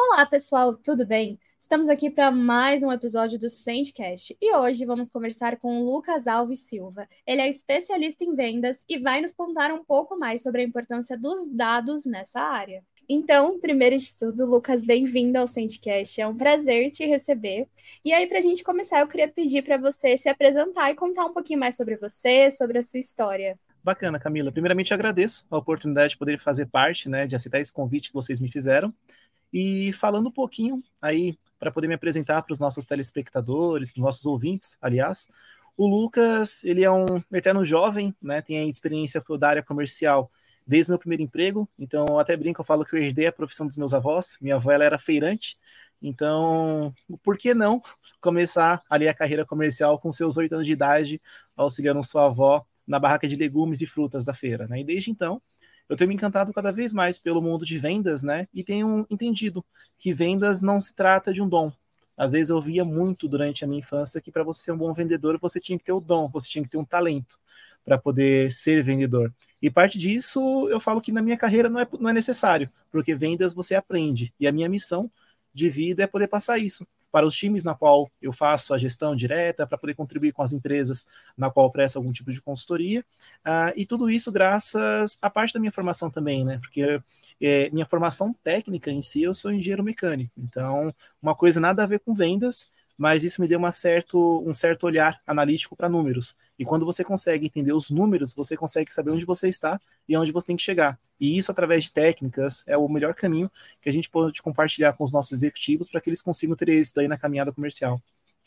Olá, pessoal, tudo bem? Estamos aqui para mais um episódio do Sendcast e hoje vamos conversar com o Lucas Alves Silva. Ele é especialista em vendas e vai nos contar um pouco mais sobre a importância dos dados nessa área. Então, primeiro de tudo, Lucas, bem-vindo ao Sendcast. É um prazer te receber. E aí, para a gente começar, eu queria pedir para você se apresentar e contar um pouquinho mais sobre você, sobre a sua história. Bacana, Camila. Primeiramente, agradeço a oportunidade de poder fazer parte, né, de aceitar esse convite que vocês me fizeram. E falando um pouquinho aí, para poder me apresentar para os nossos telespectadores, para os nossos ouvintes, aliás, o Lucas, ele é um eterno jovem, né, tem a experiência da área comercial desde o meu primeiro emprego, então eu até brinco, eu falo que eu herdei a profissão dos meus avós, minha avó ela era feirante, então por que não começar ali a carreira comercial com seus 8 anos de idade, auxiliando sua avó na barraca de legumes e frutas da feira, né? E desde então, eu tenho me encantado cada vez mais pelo mundo de vendas, né? E tenho entendido que vendas não se trata de um dom. Às vezes eu ouvia muito durante a minha infância que para você ser um bom vendedor, você tinha que ter o dom, você tinha que ter um talento para poder ser vendedor. E parte disso, eu falo que na minha carreira não é necessário, porque vendas você aprende. E a minha missão de vida é poder passar isso para os times na qual eu faço a gestão direta, para poder contribuir com as empresas na qual eu presto algum tipo de consultoria, e tudo isso graças à parte da minha formação também, né? Porque minha formação técnica em si, eu sou engenheiro mecânico, então uma coisa nada a ver com vendas, mas isso me deu um certo olhar analítico para números. E quando você consegue entender os números, você consegue saber onde você está e aonde você tem que chegar. E isso, através de técnicas, é o melhor caminho que a gente pode compartilhar com os nossos executivos para que eles consigam ter êxito aí na caminhada comercial.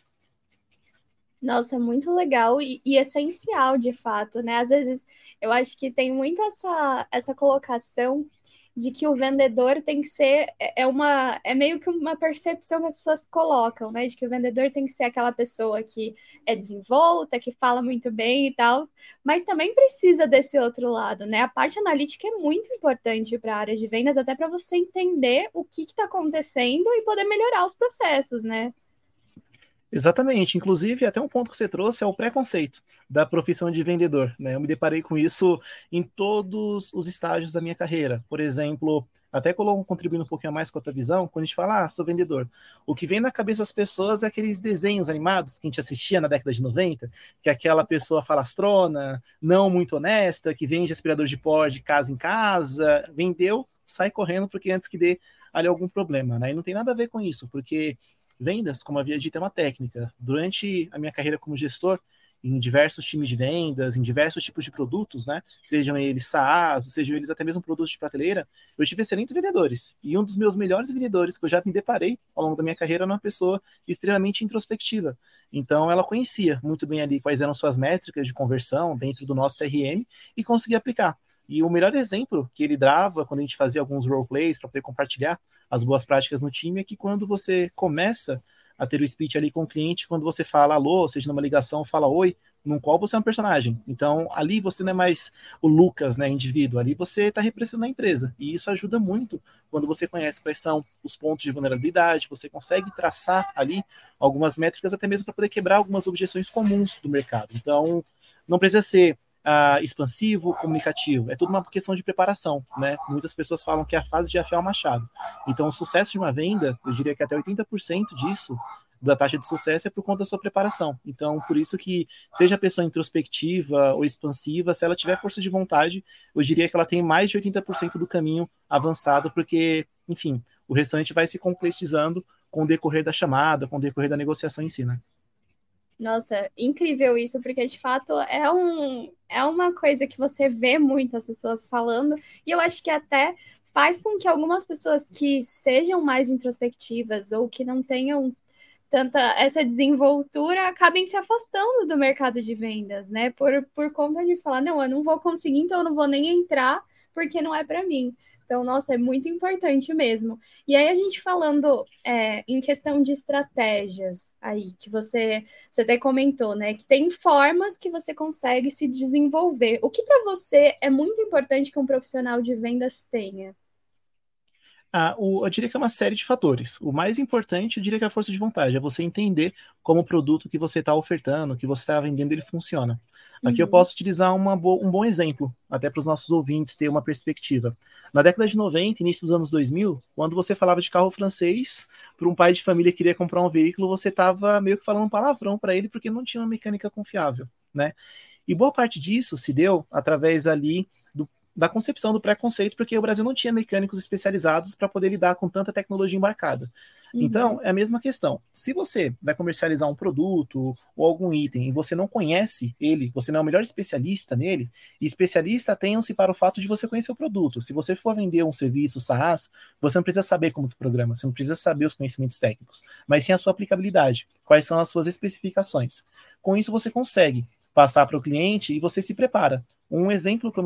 Nossa, muito legal e essencial, de fato, né? Às vezes eu acho que tem muito essa colocação de que o vendedor tem que ser, é meio que uma percepção que as pessoas colocam, né? De que o vendedor tem que ser aquela pessoa que é desenvolta, que fala muito bem e tal, mas também precisa desse outro lado, né? A parte analítica é muito importante para a área de vendas, até para você entender o que está acontecendo e poder melhorar os processos, né? Exatamente. Inclusive, até um ponto que você trouxe é o preconceito da profissão de vendedor, né? Eu me deparei com isso em todos os estágios da minha carreira. Por exemplo, até contribuindo um pouquinho mais com a tua visão, quando a gente fala, sou vendedor, o que vem na cabeça das pessoas é aqueles desenhos animados que a gente assistia na década de 90, que é aquela pessoa falastrona, não muito honesta, que vende aspirador de pó de casa em casa, vendeu, sai correndo porque antes que dê ali algum problema, né? E não tem nada a ver com isso, porque vendas, como havia dito, é uma técnica. Durante a minha carreira como gestor, em diversos times de vendas, em diversos tipos de produtos, né? Sejam eles SaaS, sejam eles até mesmo produtos de prateleira, eu tive excelentes vendedores. E um dos meus melhores vendedores que eu já me deparei ao longo da minha carreira era uma pessoa extremamente introspectiva. Então, ela conhecia muito bem ali quais eram suas métricas de conversão dentro do nosso CRM e conseguia aplicar. E o melhor exemplo que ele dava quando a gente fazia alguns roleplays para poder compartilhar as boas práticas no time é que quando você começa a ter o speech ali com o cliente, quando você fala alô, seja numa ligação, fala oi, no qual você é um personagem. Então, ali você não é mais o Lucas, né, indivíduo, ali você está representando a empresa. E isso ajuda muito quando você conhece quais são os pontos de vulnerabilidade, você consegue traçar ali algumas métricas até mesmo para poder quebrar algumas objeções comuns do mercado. Então, não precisa ser expansivo, comunicativo. É tudo uma questão de preparação, né? Muitas pessoas falam que é a fase de afiar o machado. Então, o sucesso de uma venda, eu diria que até 80% disso, da taxa de sucesso, é por conta da sua preparação. Então, por isso que, seja a pessoa introspectiva ou expansiva, se ela tiver força de vontade, eu diria que ela tem mais de 80% do caminho avançado, porque, enfim, o restante vai se concretizando com o decorrer da chamada, com o decorrer da negociação em si, né? Nossa, incrível isso, porque de fato é uma coisa que você vê muito as pessoas falando, e eu acho que até faz com que algumas pessoas que sejam mais introspectivas ou que não tenham tanta essa desenvoltura acabem se afastando do mercado de vendas, né? Por conta disso, falar, não, eu não vou conseguir, então eu não vou nem entrar porque não é para mim. Então, nossa, é muito importante mesmo. E aí, a gente falando em questão de estratégias aí, que você até comentou, né? Que tem formas que você consegue se desenvolver. O que para você é muito importante que um profissional de vendas tenha? Eu diria que é uma série de fatores. O mais importante, eu diria que é a força de vontade, é você entender como o produto que você está ofertando, que você está vendendo, ele funciona. Aqui eu posso utilizar um bom exemplo, até para os nossos ouvintes ter uma perspectiva. Na década de 90, início dos anos 2000, quando você falava de carro francês, para um pai de família que queria comprar um veículo, você estava meio que falando um palavrão para ele, porque não tinha uma mecânica confiável, né? E boa parte disso se deu através ali da concepção do preconceito, porque o Brasil não tinha mecânicos especializados para poder lidar com tanta tecnologia embarcada. Então, é a mesma questão. Se você vai comercializar um produto ou algum item e você não conhece ele, você não é o melhor especialista nele, e especialista tenham-se para o fato de você conhecer o produto. Se você for vender um serviço SaaS, você não precisa saber como que programa, você não precisa saber os conhecimentos técnicos, mas sim a sua aplicabilidade, quais são as suas especificações. Com isso, você consegue passar para o cliente e você se prepara. Um exemplo que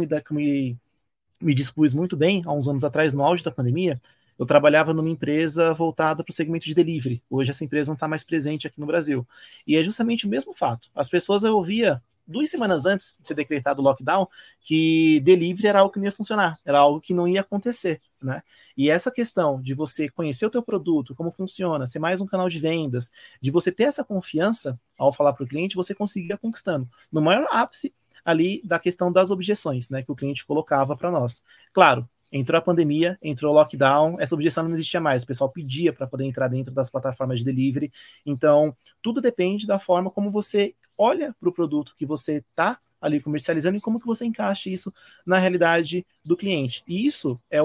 me dispus muito bem, há uns anos atrás, no auge da pandemia, eu trabalhava numa empresa voltada para o segmento de delivery. Hoje essa empresa não está mais presente aqui no Brasil. E é justamente o mesmo fato. As pessoas, eu ouvia 2 semanas antes de ser decretado o lockdown, que delivery era algo que não ia funcionar, era algo que não ia acontecer, né? E essa questão de você conhecer o teu produto, como funciona, ser mais um canal de vendas, de você ter essa confiança ao falar para o cliente, você conseguia conquistando. No maior ápice ali da questão das objeções, né, que o cliente colocava para nós. Claro, entrou a pandemia, entrou o lockdown, essa objeção não existia mais, o pessoal pedia para poder entrar dentro das plataformas de delivery, então tudo depende da forma como você olha para o produto que você está ali comercializando e como que você encaixa isso na realidade do cliente. E isso é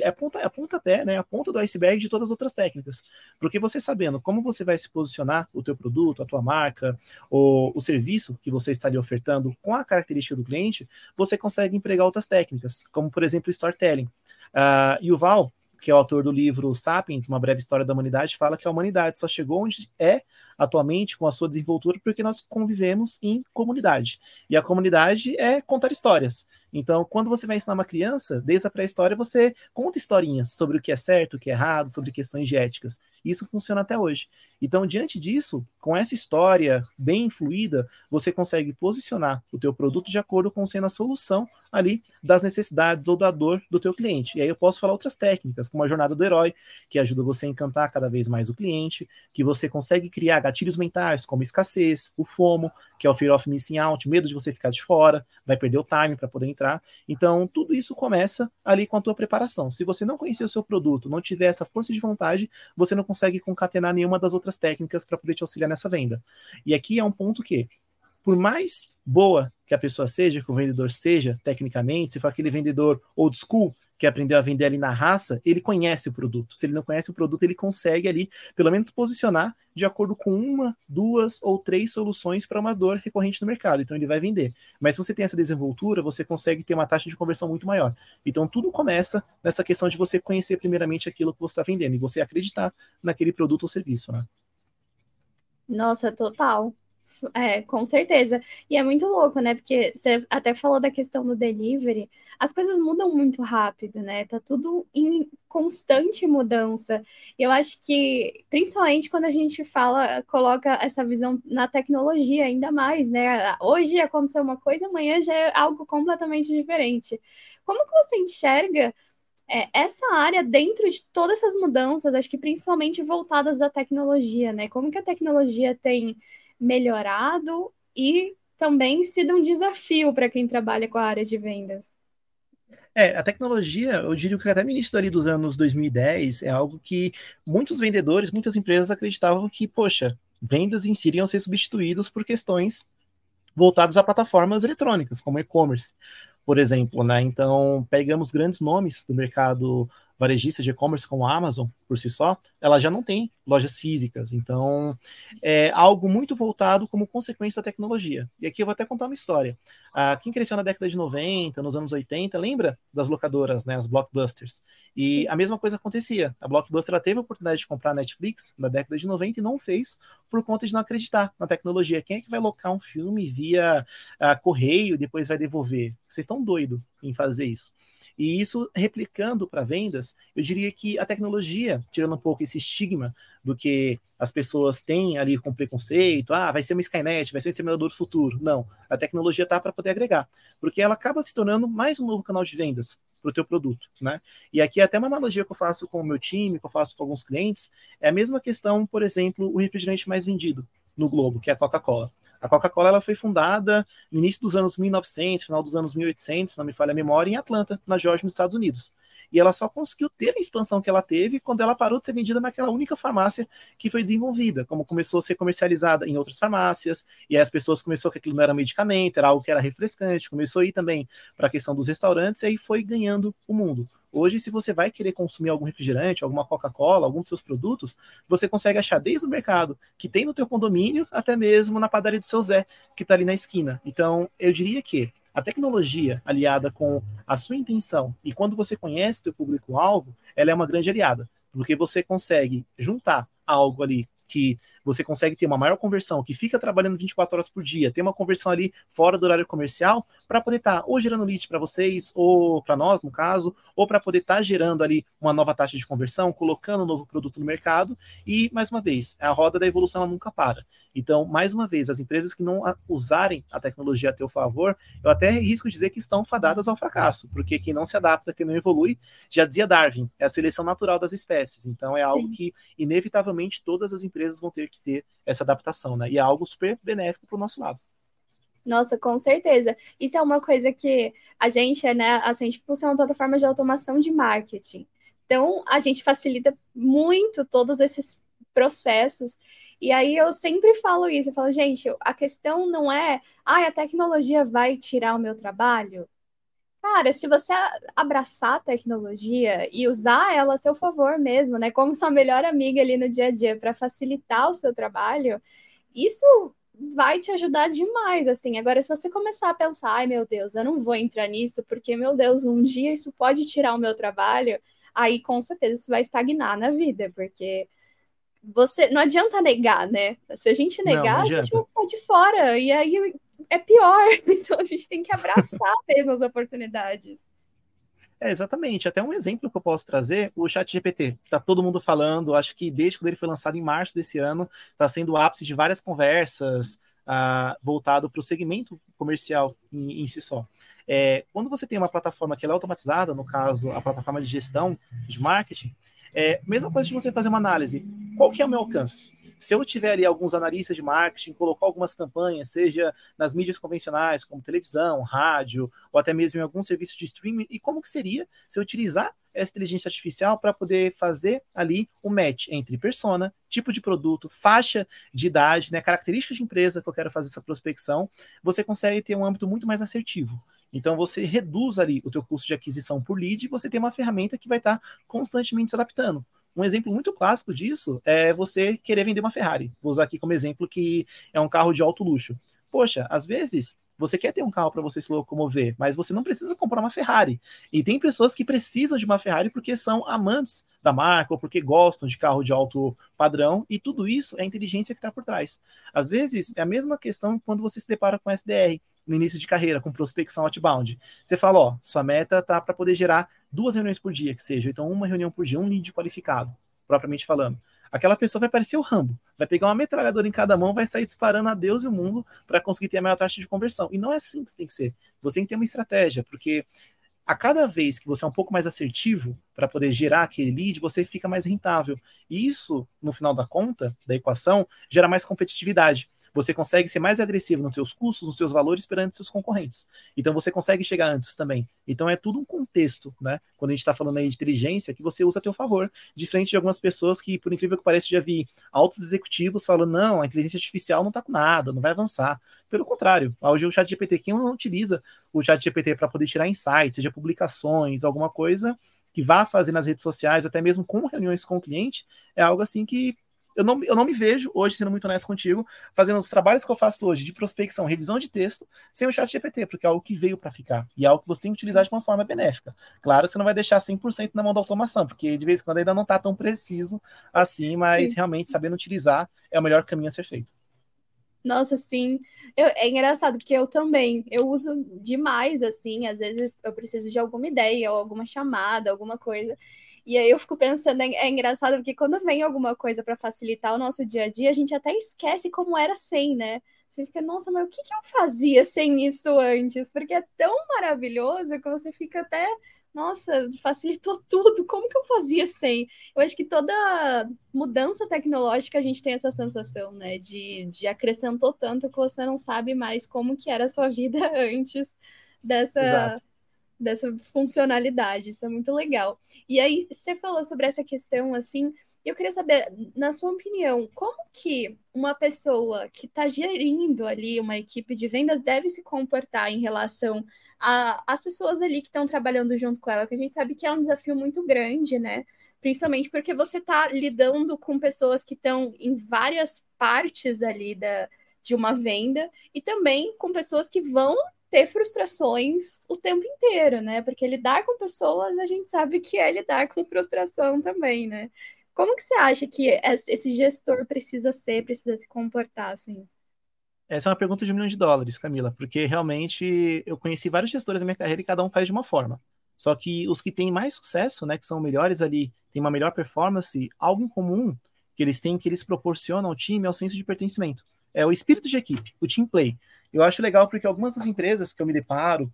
a pontapé, né, a ponta do iceberg de todas as outras técnicas. Porque você sabendo como você vai se posicionar o teu produto, a tua marca, o serviço que você estaria ofertando com a característica do cliente, você consegue empregar outras técnicas, como por exemplo o storytelling. Yuval, que é o autor do livro Sapiens, Uma Breve História da Humanidade, fala que a humanidade só chegou onde é atualmente com a sua desenvoltura porque nós convivemos em comunidade. E a comunidade é contar histórias. Então, quando você vai ensinar uma criança, desde a pré-história, você conta historinhas sobre o que é certo, o que é errado, sobre questões de éticas. Isso funciona até hoje. Então, diante disso, com essa história bem fluida, você consegue posicionar o teu produto de acordo com sendo a solução ali das necessidades ou da dor do teu cliente. E aí eu posso falar outras técnicas, como a jornada do herói, que ajuda você a encantar cada vez mais o cliente, que você consegue criar gatilhos mentais, como escassez, o FOMO, que é o Fear of Missing Out, medo de você ficar de fora, vai perder o time para poder entrar. Então, tudo isso começa ali com a tua preparação. Se você não conhecer o seu produto, não tiver essa força de vontade, você não consegue concatenar nenhuma das outras técnicas para poder te auxiliar nessa venda. E aqui é um ponto que, por mais boa que a pessoa seja, que o vendedor seja, tecnicamente, se for aquele vendedor old school, que aprendeu a vender ali na raça, ele conhece o produto. Se ele não conhece o produto, ele consegue ali, pelo menos, posicionar de acordo com 1, 2 ou 3 soluções para uma dor recorrente no mercado. Então, ele vai vender. Mas se você tem essa desenvoltura, você consegue ter uma taxa de conversão muito maior. Então, tudo começa nessa questão de você conhecer primeiramente aquilo que você está vendendo e você acreditar naquele produto ou serviço, né? Nossa, total. Com certeza. E é muito louco, né? Porque você até falou da questão do delivery. As coisas mudam muito rápido, né? Tá tudo em constante mudança. E eu acho que, principalmente quando a gente fala, coloca essa visão na tecnologia ainda mais, né? Hoje aconteceu uma coisa, amanhã já é algo completamente diferente. Como que você enxerga essa área dentro de todas essas mudanças, acho que principalmente voltadas à tecnologia, né? Como que a tecnologia tem melhorado e também sido um desafio para quem trabalha com a área de vendas? A tecnologia, eu diria que até no início ali dos anos 2010, é algo que muitos vendedores, muitas empresas acreditavam que, poxa, vendas em si iriam ser substituídos por questões voltadas a plataformas eletrônicas, como e-commerce, por exemplo, né? Então, pegamos grandes nomes do mercado varejista de e-commerce como a Amazon, por si só, ela já não tem lojas físicas, então é algo muito voltado como consequência da tecnologia. E aqui eu vou até contar uma história. Quem cresceu na década de 90, nos anos 80, lembra das locadoras, né, as blockbusters? E a mesma coisa acontecia. A Blockbuster ela teve a oportunidade de comprar a Netflix na década de 90 e não fez por conta de não acreditar na tecnologia. Quem é que vai locar um filme via correio e depois vai devolver? Vocês estão doidos em fazer isso. E isso replicando para vendas, eu diria que a tecnologia, tirando um pouco esse estigma do que as pessoas têm ali com preconceito, vai ser uma Skynet, vai ser um exterminador do futuro. Não, a tecnologia está para poder agregar, porque ela acaba se tornando mais um novo canal de vendas para o teu produto, né? E aqui até uma analogia que eu faço com o meu time, que eu faço com alguns clientes, é a mesma questão, por exemplo, o refrigerante mais vendido no globo, que é a Coca-Cola. A Coca-Cola ela foi fundada no início dos anos 1900, final dos anos 1800, se não me falha a memória, em Atlanta, na Geórgia, nos Estados Unidos. E ela só conseguiu ter a expansão que ela teve quando ela parou de ser vendida naquela única farmácia que foi desenvolvida, como começou a ser comercializada em outras farmácias, e aí as pessoas começaram que aquilo não era medicamento, era algo que era refrescante, começou a ir também para a questão dos restaurantes, e aí foi ganhando o mundo. Hoje, se você vai querer consumir algum refrigerante, alguma Coca-Cola, algum dos seus produtos, você consegue achar desde o mercado que tem no teu condomínio, até mesmo na padaria do seu Zé, que está ali na esquina. Então, eu diria que a tecnologia aliada com a sua intenção e quando você conhece o teu público-alvo, ela é uma grande aliada, porque você consegue juntar algo ali que você consegue ter uma maior conversão, que fica trabalhando 24 horas por dia, ter uma conversão ali fora do horário comercial, para poder estar ou gerando lead para vocês, ou para nós, no caso, ou para poder estar gerando ali uma nova taxa de conversão, colocando um novo produto no mercado, e, mais uma vez, a roda da evolução ela nunca para. Então, mais uma vez, as empresas que não usarem a tecnologia a teu favor, eu até risco dizer que estão fadadas ao fracasso, porque quem não se adapta, quem não evolui, já dizia Darwin, é a seleção natural das espécies. Então, é algo que, inevitavelmente, todas as empresas vão ter que ter essa adaptação, né? E é algo super benéfico para o nosso lado. Nossa, com certeza. Isso é uma coisa que a gente, né, assim, tipo, é uma plataforma de automação de marketing. Então, a gente facilita muito todos esses processos. E aí eu sempre falo isso, eu falo, gente, a questão não é, a tecnologia vai tirar o meu trabalho. Cara, se você abraçar a tecnologia e usar ela a seu favor mesmo, né, como sua melhor amiga ali no dia a dia para facilitar o seu trabalho, isso vai te ajudar demais, assim. Agora, se você começar a pensar, ai meu Deus, eu não vou entrar nisso, porque, meu Deus, um dia isso pode tirar o meu trabalho, aí com certeza você vai estagnar na vida, porque você não adianta negar, né? Se a gente Não, não negar, a gente vai adianta. ficar de fora, e aí é pior. Então a gente tem que abraçar mesmo as oportunidades. Exatamente. Até um exemplo que eu posso trazer, o ChatGPT. Está todo mundo falando, acho que desde quando ele foi lançado em março desse ano, está sendo o ápice de várias conversas voltado para o segmento comercial em si só. Quando você tem uma plataforma que é automatizada, no caso, a plataforma de gestão de marketing, mesma coisa de você fazer uma análise. Qual que é o meu alcance? Se eu tiver ali alguns analistas de marketing, colocar algumas campanhas, seja nas mídias convencionais, como televisão, rádio, ou até mesmo em algum serviço de streaming, e como que seria se eu utilizar essa inteligência artificial para poder fazer ali o match entre persona, tipo de produto, faixa de idade, né, características de empresa que eu quero fazer essa prospecção, você consegue ter um âmbito muito mais assertivo. Então você reduz ali o teu custo de aquisição por lead e você tem uma ferramenta que vai estar constantemente se adaptando. Um exemplo muito clássico disso é você querer vender uma Ferrari. Vou usar aqui como exemplo que é um carro de alto luxo. Poxa, às vezes você quer ter um carro para você se locomover, mas você não precisa comprar uma Ferrari. E tem pessoas que precisam de uma Ferrari porque são amantes da marca ou porque gostam de carro de alto padrão, e tudo isso é a inteligência que está por trás. Às vezes é a mesma questão quando você se depara com SDR no início de carreira, com prospecção outbound. Você fala, ó, sua meta tá para poder gerar 2 reuniões por dia, que seja, então uma reunião por dia, um lead qualificado, propriamente falando. Aquela pessoa vai parecer o Rambo, vai pegar uma metralhadora em cada mão, vai sair disparando a Deus e o mundo para conseguir ter a maior taxa de conversão. E não é assim que você tem que ser. Você tem que ter uma estratégia, porque a cada vez que você é um pouco mais assertivo para poder gerar aquele lead, você fica mais rentável. E isso, no final da conta, da equação, gera mais competitividade. Você consegue ser mais agressivo nos seus custos, nos seus valores perante seus concorrentes. Então você consegue chegar antes também. Então é tudo um contexto, né? Quando a gente está falando aí de inteligência, que você usa a teu favor, diferente de algumas pessoas que, por incrível que pareça, já vi altos executivos falando, não, a inteligência artificial não está com nada, não vai avançar. Pelo contrário, hoje o ChatGPT, quem não utiliza o ChatGPT para poder tirar insights, seja publicações, alguma coisa que vá fazer nas redes sociais, até mesmo com reuniões com o cliente, é algo assim que eu não me vejo, hoje, sendo muito honesto contigo, fazendo os trabalhos que eu faço hoje de prospecção, revisão de texto, sem o chat GPT, porque é algo que veio para ficar. E é algo que você tem que utilizar de uma forma benéfica. Claro que você não vai deixar 100% na mão da automação, porque de vez em quando ainda não está tão preciso assim, mas realmente sabendo utilizar é o melhor caminho a ser feito. Nossa, sim. É engraçado, porque eu também, eu uso demais, assim, às vezes eu preciso de alguma ideia, ou alguma chamada, alguma coisa. E aí eu fico pensando, é engraçado, porque quando vem alguma coisa para facilitar o nosso dia a dia, a gente até esquece como era sem, né? Você fica, nossa, mas o que eu fazia sem isso antes? Porque é tão maravilhoso que você fica até, nossa, facilitou tudo, como que eu fazia sem? Eu acho que toda mudança tecnológica a gente tem essa sensação, né? De acrescentou tanto que você não sabe mais como que era a sua vida antes dessa Exato. dessa funcionalidade. Isso é muito legal. E aí, você falou sobre essa questão, assim, eu queria saber, na sua opinião, como que uma pessoa que está gerindo ali uma equipe de vendas deve se comportar em relação às pessoas ali que estão trabalhando junto com ela? Porque a gente sabe que é um desafio muito grande, né? Principalmente porque você está lidando com pessoas que estão em várias partes ali de uma venda e também com pessoas que vão ter frustrações o tempo inteiro, né? Porque lidar com pessoas, a gente sabe que é lidar com frustração também, né? Como que você acha que esse gestor precisa se comportar assim? Essa é uma pergunta de US$ 1 milhão, Camila, porque realmente eu conheci vários gestores na minha carreira e cada um faz de uma forma. Só que os que têm mais sucesso, né, que são melhores ali, têm uma melhor performance, algo em comum que eles têm, que eles proporcionam ao time, é o senso de pertencimento. É o espírito de equipe, o team play. Eu acho legal porque algumas das empresas que eu me deparo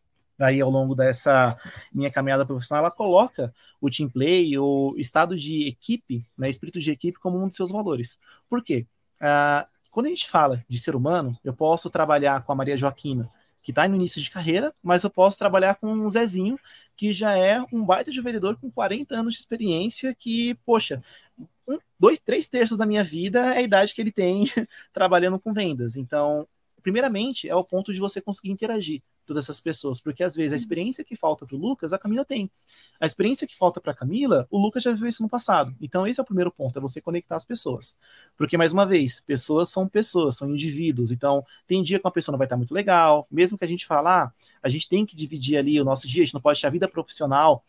aí ao longo dessa minha caminhada profissional, ela coloca o team play, o estado de equipe, né, espírito de equipe como um dos seus valores. Por quê? Quando a gente fala de ser humano, eu posso trabalhar com a Maria Joaquina, que está no início de carreira, mas eu posso trabalhar com o Zezinho, que já é um baita de vendedor com 40 anos de experiência, que, poxa, 3 terços da minha vida é a idade que ele tem trabalhando com vendas. Então, primeiramente, é o ponto de você conseguir interagir todas essas pessoas, porque às vezes a experiência que falta para o Lucas, a Camila tem. A experiência que falta para a Camila, o Lucas já viu isso no passado. Então, esse é o primeiro ponto, é você conectar as pessoas. Porque, mais uma vez, pessoas, são indivíduos. Então, tem dia que uma pessoa não vai estar muito legal, mesmo que a gente falar, a gente tem que dividir ali o nosso dia, a gente não pode deixar a vida profissional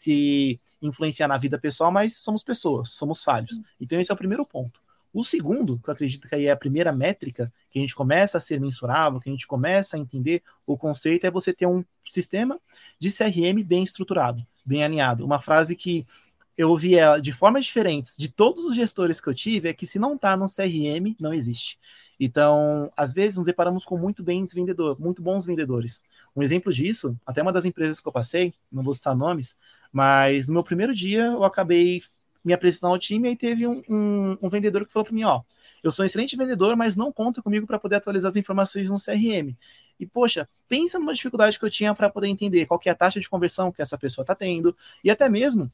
se influenciar na vida pessoal, mas somos pessoas, somos falhos. Então, esse é o primeiro ponto. O segundo, que eu acredito que aí é a primeira métrica, que a gente começa a ser mensurável, que a gente começa a entender o conceito, é você ter um sistema de CRM bem estruturado, bem alinhado. Uma frase que eu ouvi ela de formas diferentes de todos os gestores que eu tive, é que se não está no CRM, não existe. Então, às vezes, nos deparamos com muito bons vendedores. Um exemplo disso, até uma das empresas que eu passei, não vou citar nomes, mas no meu primeiro dia eu acabei me apresentando ao time e aí teve um vendedor que falou para mim, ó, eu sou um excelente vendedor, mas não conta comigo para poder atualizar as informações no CRM. E, poxa, pensa numa dificuldade que eu tinha para poder entender qual que é a taxa de conversão que essa pessoa está tendo, e até mesmo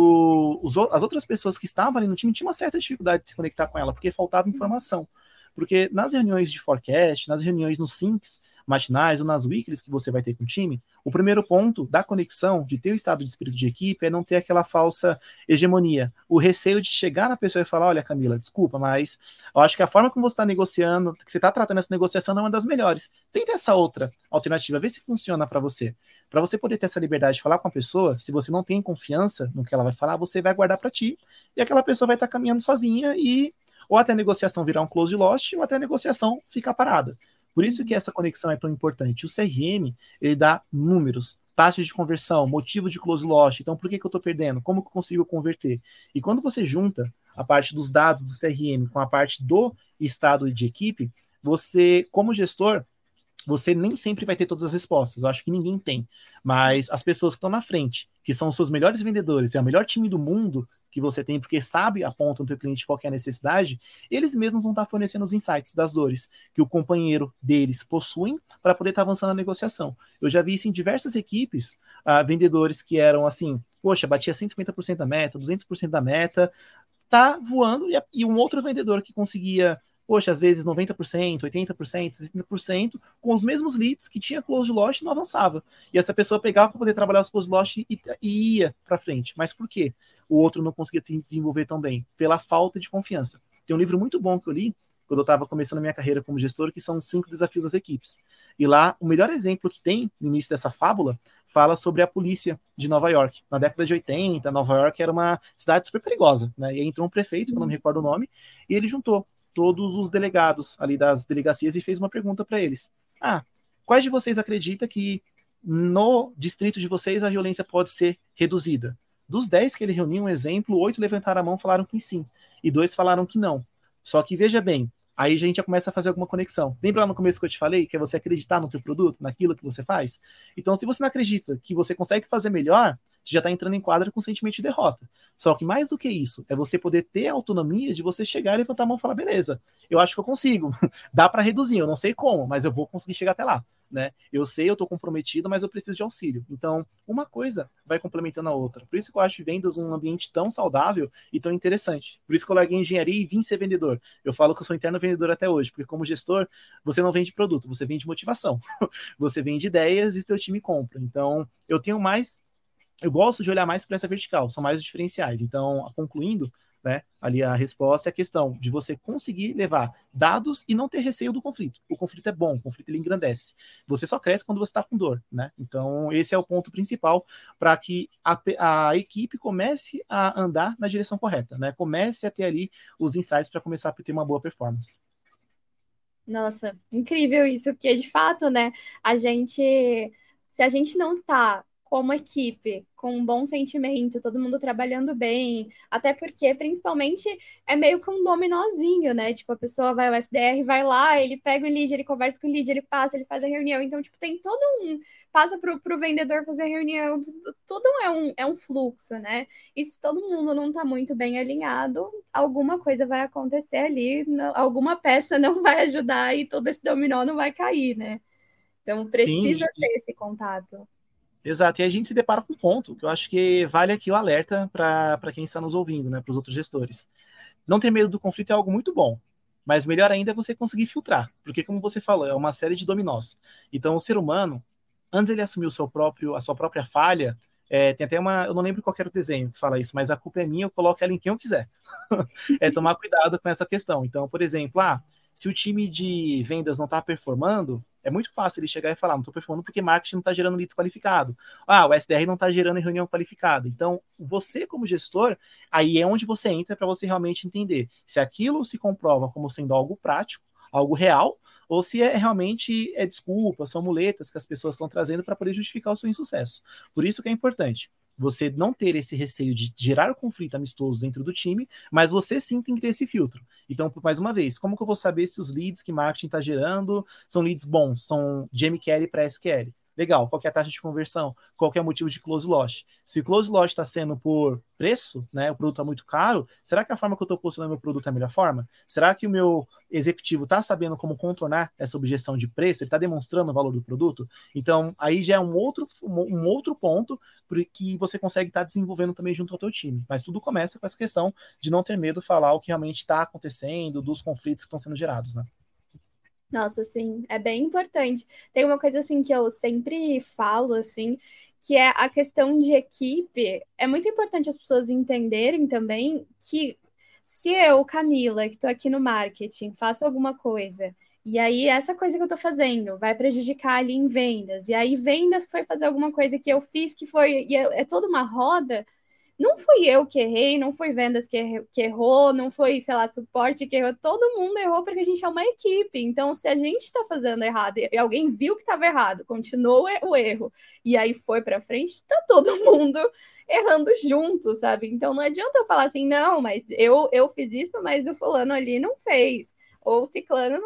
as outras pessoas que estavam ali no time tinham uma certa dificuldade de se conectar com ela, porque faltava informação. Porque nas reuniões de forecast, nas reuniões nos syncs matinais ou nas weeklies que você vai ter com o time, o primeiro ponto da conexão, de ter o estado de espírito de equipe, é não ter aquela falsa hegemonia. O receio de chegar na pessoa e falar, olha, Camila, desculpa, mas eu acho que a forma como você está negociando, que você está tratando essa negociação não é uma das melhores. Tenta essa outra alternativa, vê se funciona para você. Para você poder ter essa liberdade de falar com a pessoa, se você não tem confiança no que ela vai falar, você vai guardar para ti, e aquela pessoa vai estar caminhando sozinha e ou até a negociação virar um close lost, ou até a negociação ficar parada. Por isso que essa conexão é tão importante. O CRM, ele dá números, taxa de conversão, motivo de close lost. Então, por que eu estou perdendo? Como que eu consigo converter? E quando você junta a parte dos dados do CRM com a parte do estado de equipe, você, como gestor, você nem sempre vai ter todas as respostas. Eu acho que ninguém tem. Mas as pessoas que estão na frente, que são os seus melhores vendedores, é o melhor time do mundo que você tem, porque sabe, aponta no teu cliente qual é a necessidade, eles mesmos vão estar fornecendo os insights das dores que o companheiro deles possuem para poder estar avançando na negociação. Eu já vi isso em diversas equipes, vendedores que eram assim, poxa, batia 150% da meta, 200% da meta, tá voando, e um outro vendedor que conseguia, poxa, às vezes 90%, 80%, 60%, com os mesmos leads que tinha close loss, não avançava. E essa pessoa pegava para poder trabalhar os close loss e ia para frente. Mas por quê? O outro não conseguia se desenvolver tão bem? Pela falta de confiança. Tem um livro muito bom que eu li, quando eu estava começando a minha carreira como gestor, que são os 5 desafios das equipes. E lá, o melhor exemplo que tem no início dessa fábula fala sobre a polícia de Nova York. Na década de 80, Nova York era uma cidade super perigosa, né? E aí entrou um prefeito, que eu não me recordo o nome, e ele juntou todos os delegados ali das delegacias e fez uma pergunta para eles. Quais de vocês acreditam que no distrito de vocês a violência pode ser reduzida? Dos 10 que ele reuniu, um exemplo, 8 levantaram a mão e falaram que sim, e 2 falaram que não. Só que veja bem, aí a gente já começa a fazer alguma conexão. Lembra lá no começo que eu te falei, que é você acreditar no teu produto, naquilo que você faz? Então, se você não acredita que você consegue fazer melhor, você já está entrando em quadra com sentimento de derrota. Só que mais do que isso, é você poder ter a autonomia de você chegar e levantar a mão e falar, beleza, eu acho que eu consigo. Dá para reduzir, eu não sei como, mas eu vou conseguir chegar até lá. Né? Eu sei, eu estou comprometido, mas eu preciso de auxílio. Então, uma coisa vai complementando a outra. Por isso que eu acho vendas um ambiente tão saudável e tão interessante. Por isso que eu larguei engenharia e vim ser vendedor. Eu falo que eu sou interno vendedor até hoje, porque como gestor, você não vende produto, você vende motivação. Você vende ideias e seu time compra. Então, eu gosto de olhar mais para essa vertical, são mais os diferenciais. Então, concluindo, né, ali a resposta é a questão de você conseguir levar dados e não ter receio do conflito. O conflito é bom, o conflito ele engrandece. Você só cresce quando você está com dor, né? Então, esse é o ponto principal para que a equipe comece a andar na direção correta, né? Comece a ter ali os insights para começar a ter uma boa performance. Nossa, incrível isso, porque de fato, né, se a gente não tá como equipe, com um bom sentimento, todo mundo trabalhando bem, até porque, principalmente, é meio que um dominozinho, né? Tipo, a pessoa vai ao SDR, vai lá, ele pega o lead, ele conversa com o lead, ele passa, ele faz a reunião. Então, tipo, tem todo um. Passa pro vendedor fazer a reunião, tudo é um fluxo, né? E se todo mundo não tá muito bem alinhado, alguma coisa vai acontecer ali, alguma peça não vai ajudar e todo esse dominó não vai cair, né? Então, Sim, precisa ter esse contato. exato, e a gente se depara com um ponto que eu acho que vale aqui o alerta para quem está nos ouvindo, né, para os outros gestores. Não ter medo do conflito é algo muito bom, mas melhor ainda é você conseguir filtrar, porque como você falou, é uma série de dominós. Então, o ser humano, antes ele assumir a sua própria falha, tem até eu não lembro qual era o desenho que fala isso, mas a culpa é minha, eu coloco ela em quem eu quiser. É tomar cuidado com essa questão. Então, por exemplo, se o time de vendas não está performando, é muito fácil ele chegar e falar, não estou performando porque marketing não está gerando leads qualificado. O SDR não está gerando reunião qualificada. Então, você como gestor, aí é onde você entra para você realmente entender se aquilo se comprova como sendo algo prático, algo real, ou se realmente desculpa, são muletas que as pessoas estão trazendo para poder justificar o seu insucesso. Por isso que é importante você não ter esse receio de gerar conflito amistoso dentro do time, mas você sim tem que ter esse filtro. Então, mais uma vez, como que eu vou saber se os leads que marketing está gerando são leads bons, são de MQL para SQL? Legal, qual que é a taxa de conversão? Qual que é o motivo de close loss? Se o close loss está sendo por preço, né, o produto está muito caro, será que a forma que eu estou posicionando meu produto é a melhor forma? Será que o meu executivo está sabendo como contornar essa objeção de preço? Ele está demonstrando o valor do produto? Então, aí já é um outro ponto que você consegue estar desenvolvendo também junto ao teu time. Mas tudo começa com essa questão de não ter medo de falar o que realmente está acontecendo, dos conflitos que estão sendo gerados, né? Nossa, sim, é bem importante. Tem uma coisa assim que eu sempre falo assim, que é a questão de equipe. É muito importante as pessoas entenderem também que se eu, Camila, que estou aqui no marketing, faço alguma coisa, e aí essa coisa que eu estou fazendo vai prejudicar ali em vendas, e aí vendas foi fazer alguma coisa que eu fiz que foi, e é toda uma roda. Não fui eu que errei, não foi vendas que errou, não foi, sei lá, suporte que errou. Todo mundo errou porque a gente é uma equipe. Então, se a gente está fazendo errado e alguém viu que estava errado, continuou o erro e aí foi para frente, tá todo mundo errando junto, sabe? Então, não adianta eu falar assim, não, mas eu fiz isso, mas o fulano ali não fez. Ou o ciclano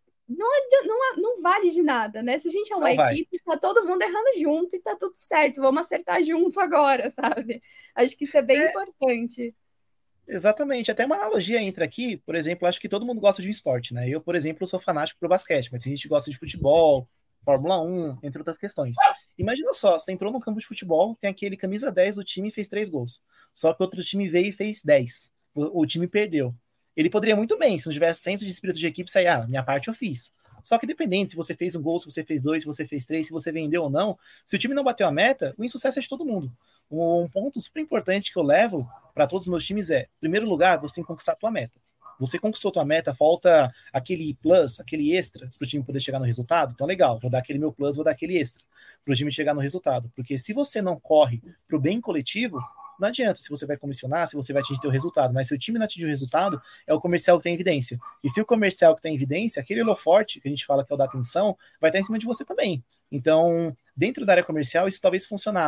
não vale de nada, né? Se a gente é uma Não vai. equipe, tá todo mundo errando junto e tá tudo certo, vamos acertar junto agora, sabe? Acho que isso é bem É, importante. exatamente. Até uma analogia entra aqui, por exemplo, acho que todo mundo gosta de um esporte, né? Eu, por exemplo, sou fanático pro basquete, mas a gente gosta de futebol, Fórmula 1, entre outras questões. Imagina só, você entrou no campo de futebol, tem aquele camisa 10 do time e fez 3 gols. Só que outro time veio e fez 10. O time perdeu. Ele poderia muito bem, se não tivesse senso de espírito de equipe, sair, minha parte eu fiz. Só que dependente se você fez um gol, se você fez 2, se você fez 3, se você vendeu ou não, se o time não bateu a meta, o insucesso é de todo mundo. Um ponto super importante que eu levo para todos os meus times é, em primeiro lugar, você tem que conquistar a tua meta. Você conquistou tua meta, falta aquele plus, aquele extra para o time poder chegar no resultado. Então, legal, vou dar aquele meu plus, vou dar aquele extra para o time chegar no resultado. Porque se você não corre para o bem coletivo, não adianta se você vai comissionar, se você vai atingir teu resultado. Mas se o time não atingir o resultado, é o comercial que tem evidência. E se o comercial que tem evidência, aquele elo forte que a gente fala que é o da atenção, vai estar em cima de você também. Então, dentro da área comercial, isso talvez funcionasse.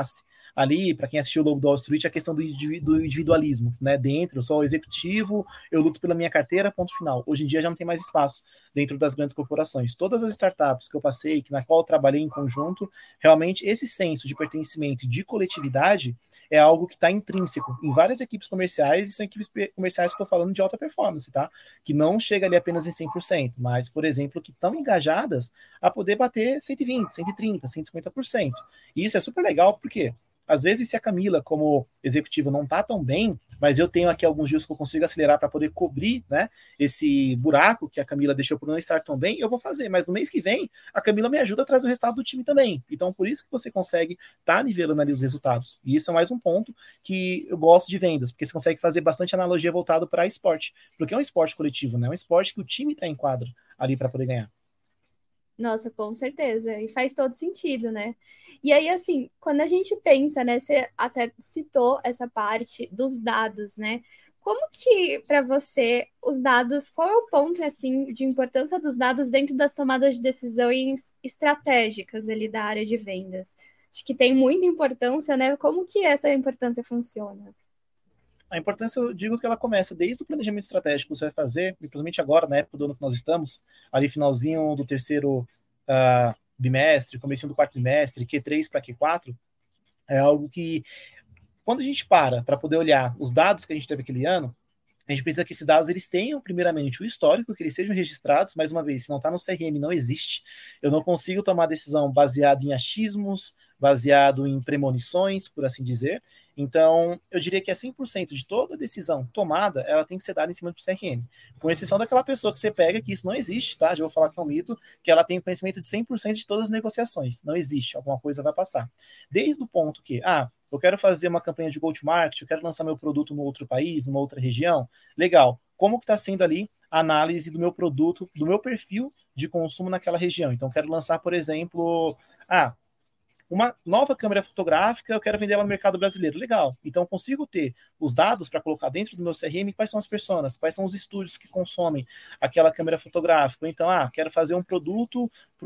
ali, para quem assistiu o Lobo do Wall Street, a questão do individualismo, né? Dentro, eu sou o executivo, eu luto pela minha carteira, ponto final. Hoje em dia já não tem mais espaço dentro das grandes corporações. Todas as startups que eu passei, na qual eu trabalhei em conjunto, realmente esse senso de pertencimento e de coletividade é algo que está intrínseco em várias equipes comerciais, e são equipes comerciais que eu estou falando de alta performance, tá? Que não chega ali apenas em 100%, mas, por exemplo, que estão engajadas a poder bater 120, 130, 150%. E isso é super legal, porque às vezes, se a Camila, como executiva, não está tão bem, mas eu tenho aqui alguns dias que eu consigo acelerar para poder cobrir, né, esse buraco que a Camila deixou por não estar tão bem, eu vou fazer. Mas no mês que vem, a Camila me ajuda a trazer o resultado do time também. Então, por isso que você consegue estar nivelando ali os resultados. E isso é mais um ponto que eu gosto de vendas, porque você consegue fazer bastante analogia voltado para esporte. Porque é um esporte coletivo, né? É um esporte que o time está em quadra ali para poder ganhar. Nossa, com certeza. E faz todo sentido, né? E aí, assim, quando a gente pensa, né? Você até citou essa parte dos dados, né? Como que, para você, os dados, qual é o ponto, assim, de importância dos dados dentro das tomadas de decisões estratégicas ali da área de vendas? Acho que tem muita importância, né? Como que essa importância funciona? A importância, eu digo que ela começa desde o planejamento estratégico que você vai fazer, principalmente agora, na época do ano que nós estamos, ali finalzinho do terceiro bimestre, comecinho do quarto bimestre, Q3 para Q4, é algo que, quando a gente para poder olhar os dados que a gente teve aquele ano, a gente precisa que esses dados eles tenham, primeiramente, o histórico, que eles sejam registrados. Mais uma vez, se não está no CRM, não existe. Eu não consigo tomar decisão baseado em achismos, baseado em premonições, por assim dizer. Então, eu diria que é 100% de toda decisão tomada, ela tem que ser dada em cima do CRM. Com exceção daquela pessoa que você pega, que isso não existe, tá? Já vou falar que é um mito, que ela tem conhecimento de 100% de todas as negociações. Não existe, alguma coisa vai passar. Desde o ponto que, eu quero fazer uma campanha de go-to-market, eu quero lançar meu produto no outro país, numa outra região. Legal. Como que está sendo ali a análise do meu produto, do meu perfil de consumo naquela região? Então, quero lançar, por exemplo, uma nova câmera fotográfica, eu quero vender ela no mercado brasileiro. Legal. Então, consigo ter os dados para colocar dentro do meu CRM quais são as pessoas, quais são os estúdios que consomem aquela câmera fotográfica. Então, quero fazer um produto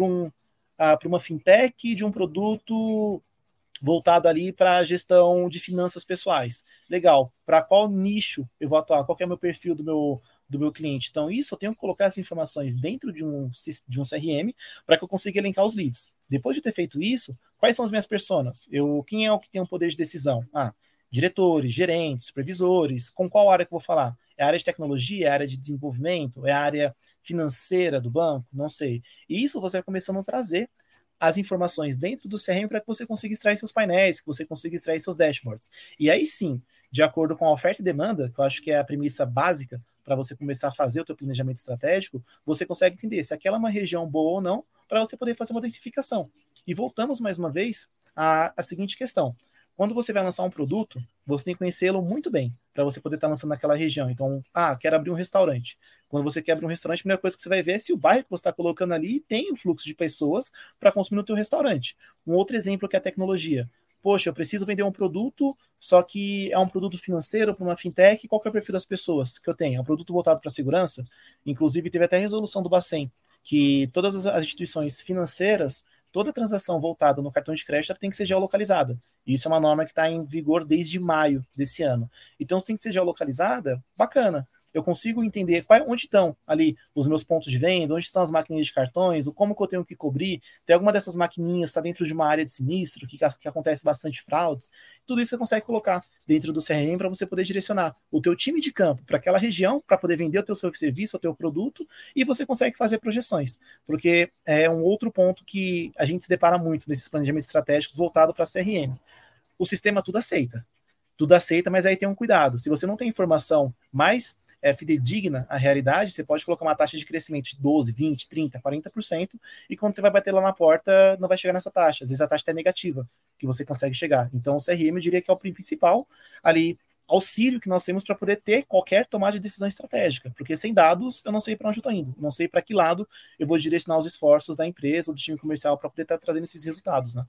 para uma fintech de um produto voltado ali para a gestão de finanças pessoais. Legal. Para qual nicho eu vou atuar? Qual é o meu perfil do meu cliente? Então, isso eu tenho que colocar essas informações dentro de um CRM para que eu consiga elencar os leads. Depois de ter feito isso, quais são as minhas personas? Quem é o que tem o poder de decisão? Diretores, gerentes, supervisores. Com qual área que eu vou falar? É a área de tecnologia? É a área de desenvolvimento? É a área financeira do banco? Não sei. E isso você vai começando a trazer as informações dentro do CRM para que você consiga extrair seus painéis, que você consiga extrair seus dashboards. E aí sim, de acordo com a oferta e demanda, que eu acho que é a premissa básica para você começar a fazer o teu planejamento estratégico, você consegue entender se aquela é uma região boa ou não, para você poder fazer uma densificação. E voltamos mais uma vez à seguinte questão. Quando você vai lançar um produto, você tem que conhecê-lo muito bem, para você poder estar lançando naquela região. Então, quero abrir um restaurante. Quando você quer abrir um restaurante, a primeira coisa que você vai ver é se o bairro que você está colocando ali tem o fluxo de pessoas para consumir no teu restaurante. Um outro exemplo que é a tecnologia. Poxa, eu preciso vender um produto, só que é um produto financeiro para uma fintech. Qual que é o perfil das pessoas que eu tenho? É um produto voltado para a segurança? Inclusive, teve até a resolução do Bacen, que todas as instituições financeiras, toda transação voltada no cartão de crédito tem que ser geolocalizada. Isso é uma norma que está em vigor desde maio desse ano. Então, se tem que ser geolocalizada, bacana. Eu consigo entender onde estão ali os meus pontos de venda, onde estão as maquininhas de cartões, como que eu tenho que cobrir. Tem alguma dessas maquininhas está dentro de uma área de sinistro, que acontece bastante fraudes. Tudo isso você consegue colocar dentro do CRM para você poder direcionar o teu time de campo para aquela região, para poder vender o teu serviço, o teu produto, e você consegue fazer projeções. Porque é um outro ponto que a gente se depara muito nesses planejamentos estratégicos voltado para CRM. O sistema tudo aceita, mas aí tem um cuidado. Se você não tem informação mais fidedigna à realidade, você pode colocar uma taxa de crescimento de 12, 20, 30, 40%, e quando você vai bater lá na porta, não vai chegar nessa taxa. Às vezes a taxa é negativa, que você consegue chegar. Então o CRM eu diria que é o principal ali auxílio que nós temos para poder ter qualquer tomada de decisão estratégica, porque sem dados eu não sei para onde eu estou indo, não sei para que lado eu vou direcionar os esforços da empresa ou do time comercial para poder estar trazendo esses resultados, né?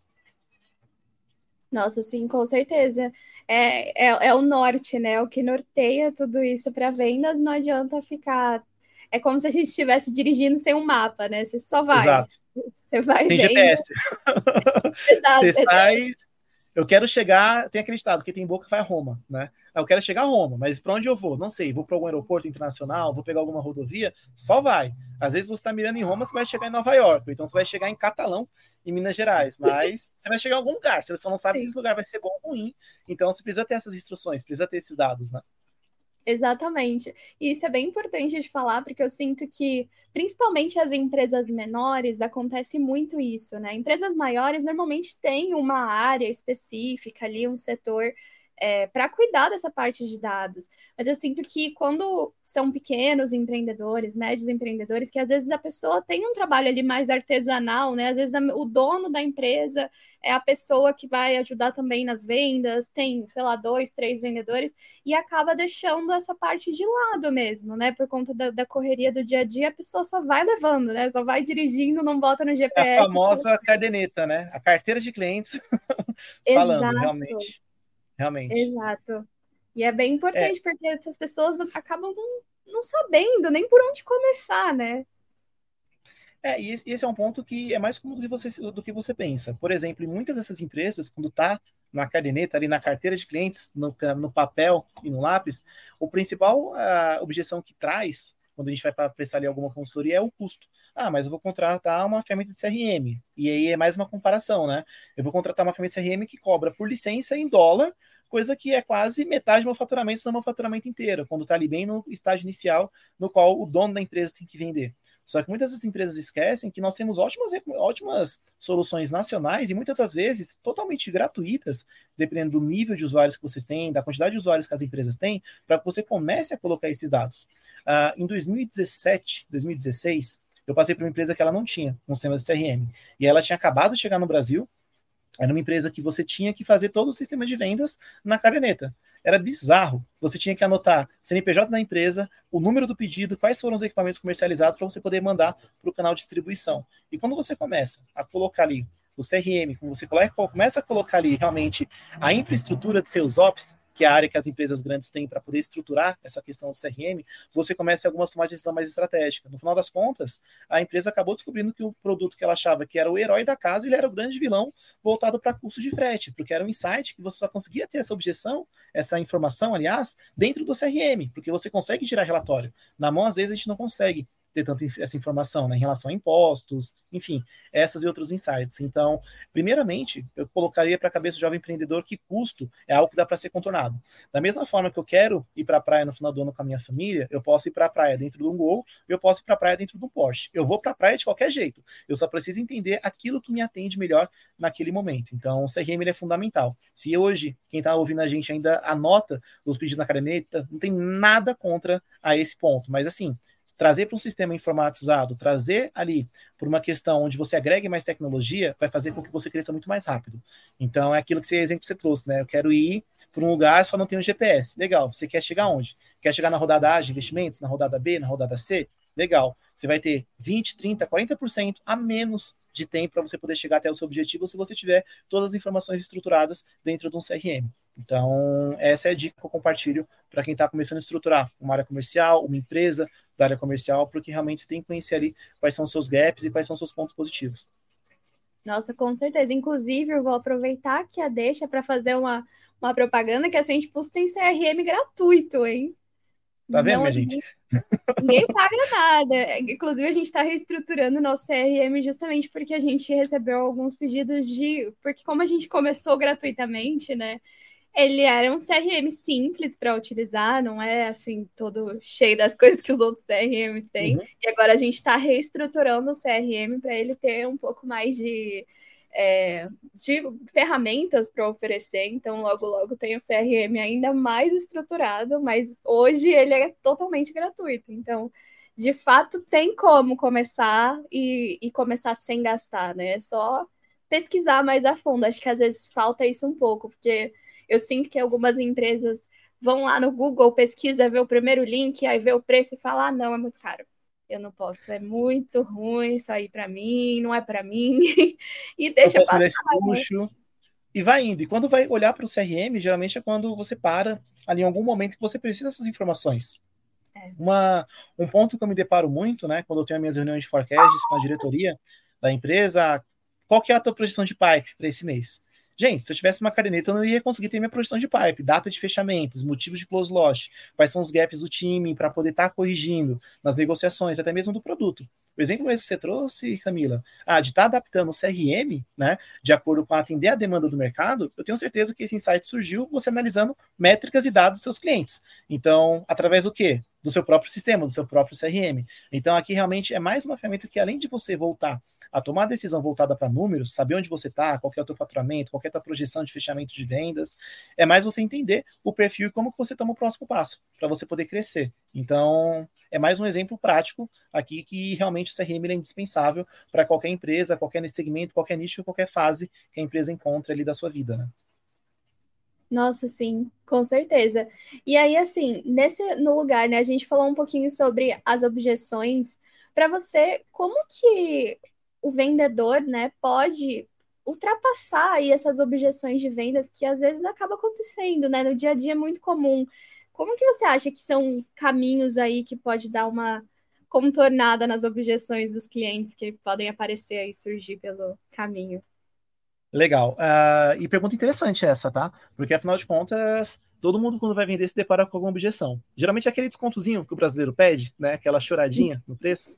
Nossa, sim, com certeza. É o norte, né? O que norteia tudo isso para vendas, não adianta ficar. É como se a gente estivesse dirigindo sem um mapa, né? Você só vai. Exato. Você vai Tem vendo. GPS. Exato. Você sai, eu quero chegar, tem aquele estado, que tem boca vai a Roma, né? Eu quero chegar a Roma, mas para onde eu vou? Não sei, vou para algum aeroporto internacional, vou pegar alguma rodovia, só vai. Às vezes você está mirando em Roma, você vai chegar em Nova York, então você vai chegar em Catalão, em Minas Gerais, mas você vai chegar em algum lugar, você só não sabe se Sim. esse lugar vai ser bom ou ruim, então você precisa ter essas instruções, precisa ter esses dados, né? Exatamente. E isso é bem importante de falar, porque eu sinto que, principalmente as empresas menores, acontece muito isso, né? Empresas maiores normalmente têm uma área específica ali, um setor para cuidar dessa parte de dados. Mas eu sinto que quando são pequenos empreendedores, médios empreendedores, que às vezes a pessoa tem um trabalho ali mais artesanal, né? Às vezes o dono da empresa é a pessoa que vai ajudar também nas vendas, tem, sei lá, dois, três vendedores e acaba deixando essa parte de lado mesmo, né? Por conta da correria do dia a dia, a pessoa só vai levando, né? Só vai dirigindo, não bota no É a GPS. famosa caderneta, né? A carteira de clientes falando, Exato, realmente, realmente. exato. E é bem É, importante, porque essas pessoas acabam não sabendo nem por onde começar, né? e esse é um ponto que é mais comum do que você pensa. Por exemplo, em muitas dessas empresas, quando está na caderneta, ali na carteira de clientes, no papel e no lápis, o principal objeção que traz, quando a gente vai para prestar ali alguma consultoria, é o custo. Ah, mas eu vou contratar uma ferramenta de CRM. E aí é mais uma comparação, né? Eu vou contratar uma ferramenta de CRM que cobra por licença em dólar, coisa que é quase metade do meu faturamento, se não meu faturamento inteiro, quando está ali bem no estágio inicial, no qual o dono da empresa tem que vender. Só que muitas das empresas esquecem que nós temos ótimas soluções nacionais e muitas das vezes totalmente gratuitas, dependendo do nível de usuários que vocês têm, da quantidade de usuários que as empresas têm, para que você comece a colocar esses dados. Em 2017, 2016, eu passei por uma empresa que ela não tinha um sistema de CRM. E ela tinha acabado de chegar no Brasil. Era uma empresa que você tinha que fazer todo o sistema de vendas na caderneta. Era bizarro. Você tinha que anotar CNPJ da empresa, o número do pedido, quais foram os equipamentos comercializados para você poder mandar para o canal de distribuição. E quando você começa a colocar ali o CRM, quando você começa a colocar ali realmente a infraestrutura de seus ops, que é a área que as empresas grandes têm para poder estruturar essa questão do CRM, você começa algumas tomadas de decisão mais estratégica. No final das contas, a empresa acabou descobrindo que o produto que ela achava que era o herói da casa, ele era o grande vilão voltado para custo de frete, porque era um insight que você só conseguia ter essa objeção, essa informação, aliás, dentro do CRM, porque você consegue tirar relatório. Na mão, às vezes, a gente não consegue ter tanta essa informação, né, em relação a impostos, enfim, essas e outros insights. Então, primeiramente, eu colocaria para a cabeça do jovem empreendedor que custo é algo que dá para ser contornado. Da mesma forma que eu quero ir para a praia no final do ano com a minha família, eu posso ir para a praia dentro de um Gol, eu posso ir para a praia dentro de um Porsche. Eu vou para a praia de qualquer jeito. Eu só preciso entender aquilo que me atende melhor naquele momento. Então, o CRM é fundamental. Se hoje, quem está ouvindo a gente ainda anota os pedidos na caderneta, não tem nada contra a esse ponto. Mas, assim, trazer para um sistema informatizado, trazer ali por uma questão onde você agregue mais tecnologia, vai fazer com que você cresça muito mais rápido. Então, é aquilo que você, exemplo que você trouxe, né? Eu quero ir para um lugar, só não tem um GPS. Legal. Você quer chegar onde? Quer chegar na rodada A de investimentos, na rodada B, na rodada C? Legal. Você vai ter 20, 30, 40% a menos de tempo para você poder chegar até o seu objetivo se você tiver todas as informações estruturadas dentro de um CRM. Então, essa é a dica que eu compartilho para quem está começando a estruturar uma área comercial, uma empresa da área comercial, porque realmente você tem que conhecer ali quais são os seus gaps e quais são os seus pontos positivos. Nossa, com certeza. Inclusive, eu vou aproveitar aqui a deixa para fazer uma propaganda que a Ciente Pulse tem CRM gratuito, hein? Tá vendo, Não, minha gente? ninguém paga nada. Inclusive, a gente está reestruturando o nosso CRM justamente porque a gente recebeu alguns pedidos de. Porque, como a gente começou gratuitamente, né? Ele era um CRM simples para utilizar, não é assim, todo cheio das coisas que os outros CRMs têm. Uhum. E agora a gente está reestruturando o CRM para ele ter um pouco mais de ferramentas para oferecer. Então, logo, logo tem o CRM ainda mais estruturado, mas hoje ele é totalmente gratuito. Então, de fato, tem como começar e começar sem gastar, né? É só pesquisar mais a fundo. Acho que às vezes falta isso um pouco, porque eu sinto que algumas empresas vão lá no Google, pesquisa, vê o primeiro link, aí vê o preço e fala: ah, não, é muito caro. Eu não posso, é muito ruim isso aí para mim, não é para mim. E Eu deixa posso me dar passar. esse luxo. E vai indo. E quando vai olhar para o CRM, geralmente é quando você para ali em algum momento que você precisa dessas informações. É. Um ponto que eu me deparo muito, né, quando eu tenho as minhas reuniões de forecasts com a diretoria da empresa, qual que é a tua projeção de pipe para esse mês? Gente, se eu tivesse uma caderneta, eu não ia conseguir ter minha projeção de pipe, data de fechamentos, motivos de close loss, quais são os gaps do time para poder estar corrigindo nas negociações, até mesmo do produto. O exemplo mesmo que você trouxe, Camila, de estar adaptando o CRM, né, de acordo com atender a demanda do mercado, eu tenho certeza que esse insight surgiu você analisando métricas e dados dos seus clientes. Então, através do quê? Do seu próprio sistema, do seu próprio CRM. Então, aqui realmente é mais uma ferramenta que, além de você voltar a tomar a decisão voltada para números, saber onde você está, qual é o teu faturamento, qual é a tua projeção de fechamento de vendas, é mais você entender o perfil e como que você toma o próximo passo para você poder crescer. Então, é mais um exemplo prático aqui que realmente o CRM é indispensável para qualquer empresa, qualquer segmento, qualquer nicho, qualquer fase que a empresa encontre ali da sua vida, né? Nossa, sim, com certeza. E aí, assim, no lugar, né, a gente falou um pouquinho sobre as objeções. Para você, como que o vendedor, né, pode ultrapassar aí essas objeções de vendas que às vezes acaba acontecendo, né? No dia a dia é muito comum. Como que você acha que são caminhos aí que pode dar uma contornada nas objeções dos clientes que podem aparecer aí surgir pelo caminho? Legal. E pergunta interessante essa, tá? Porque afinal de contas, todo mundo quando vai vender se depara com alguma objeção. Geralmente é aquele descontozinho que o brasileiro pede, né? Aquela choradinha no preço.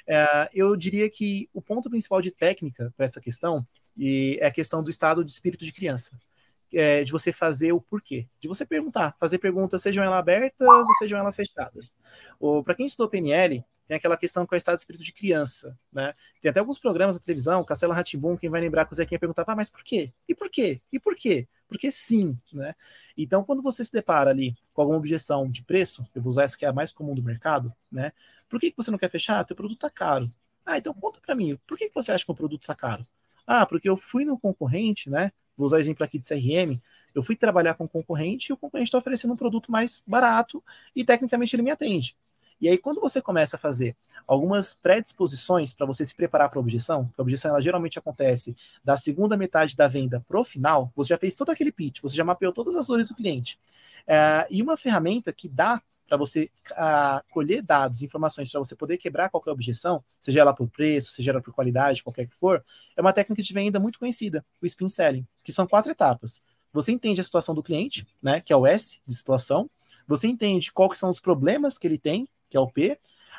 Eu diria que o ponto principal de técnica para essa questão é a questão do estado de espírito de criança. De você fazer o porquê, de você perguntar, fazer perguntas, sejam elas abertas ou sejam elas fechadas. Para quem estudou PNL, tem aquela questão com o estado de espírito de criança, né? Tem até alguns programas da televisão, Castelo Rá-Tim-Bum, quem vai lembrar que o Zequinha perguntava, mas por quê? E por quê? E por quê? Porque sim, né? Então, quando você se depara ali com alguma objeção de preço, eu vou usar essa que é a mais comum do mercado, né? Por que você não quer fechar? Teu produto tá caro. Então conta para mim, por que você acha que o produto tá caro? Porque eu fui no concorrente, né? Vou usar o exemplo aqui de CRM, eu fui trabalhar com um concorrente e o concorrente está oferecendo um produto mais barato e tecnicamente ele me atende. E aí, quando você começa a fazer algumas predisposições para você se preparar para a objeção, a objeção ela geralmente acontece da segunda metade da venda para o final, você já fez todo aquele pitch, você já mapeou todas as dores do cliente. E uma ferramenta que dá para você colher dados, informações para você poder quebrar qualquer objeção, seja ela por preço, seja ela por qualidade, qualquer que for, é uma técnica de venda muito conhecida, o spin selling, que são 4 etapas. Você entende a situação do cliente, né, que é o S de situação, você entende quais são os problemas que ele tem, que é o P,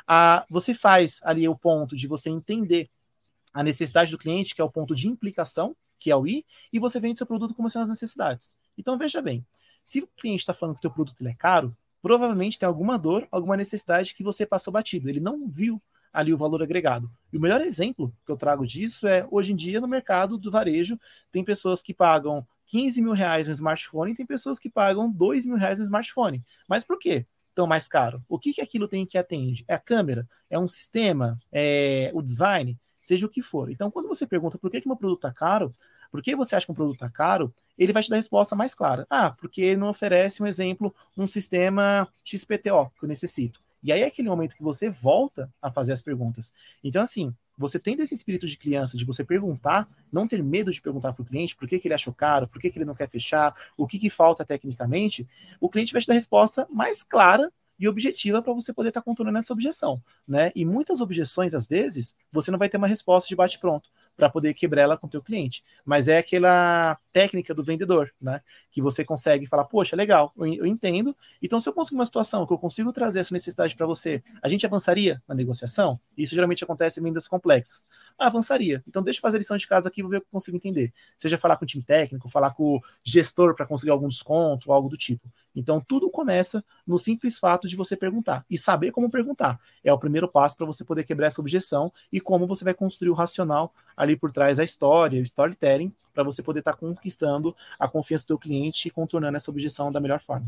você faz ali o ponto de você entender a necessidade do cliente, que é o ponto de implicação, que é o I, e você vende seu produto como sendo as necessidades. Então, veja bem, se o cliente está falando que o teu produto é caro, provavelmente tem alguma dor, alguma necessidade que você passou batido. Ele não viu ali o valor agregado. E o melhor exemplo que eu trago disso é, hoje em dia, no mercado do varejo, tem pessoas que pagam 15 mil reais no smartphone e tem pessoas que pagam 2 mil reais no smartphone. Mas por quê? Tão mais caro. O que aquilo tem que atende? É a câmera? É um sistema? É o design? Seja o que for. Então, quando você pergunta por que meu produto está caro, por que você acha que um produto está caro, ele vai te dar a resposta mais clara. Porque ele não oferece, um exemplo, um sistema XPTO que eu necessito. E aí é aquele momento que você volta a fazer as perguntas. Então, assim, você tendo esse espírito de criança, de você perguntar, não ter medo de perguntar para o cliente por que ele achou caro, por que ele não quer fechar, o que falta tecnicamente, o cliente vai te dar a resposta mais clara e objetiva para você poder estar contornando essa objeção, né? E muitas objeções, às vezes, você não vai ter uma resposta de bate-pronto para poder quebrar ela com o teu cliente, mas é aquela técnica do vendedor, né? Que você consegue falar, poxa, legal, eu entendo, então se eu conseguir uma situação que eu consigo trazer essa necessidade para você, a gente avançaria na negociação? Isso geralmente acontece em vendas complexas. Avançaria. Então deixa eu fazer a lição de casa aqui e vou ver o que eu consigo entender. Seja falar com o time técnico, falar com o gestor para conseguir algum desconto, ou algo do tipo. Então, tudo começa no simples fato de você perguntar. E saber como perguntar. É o primeiro passo para você poder quebrar essa objeção e como você vai construir o racional ali por trás da história, o storytelling, para você poder estar conquistando a confiança do teu cliente e contornando essa objeção da melhor forma.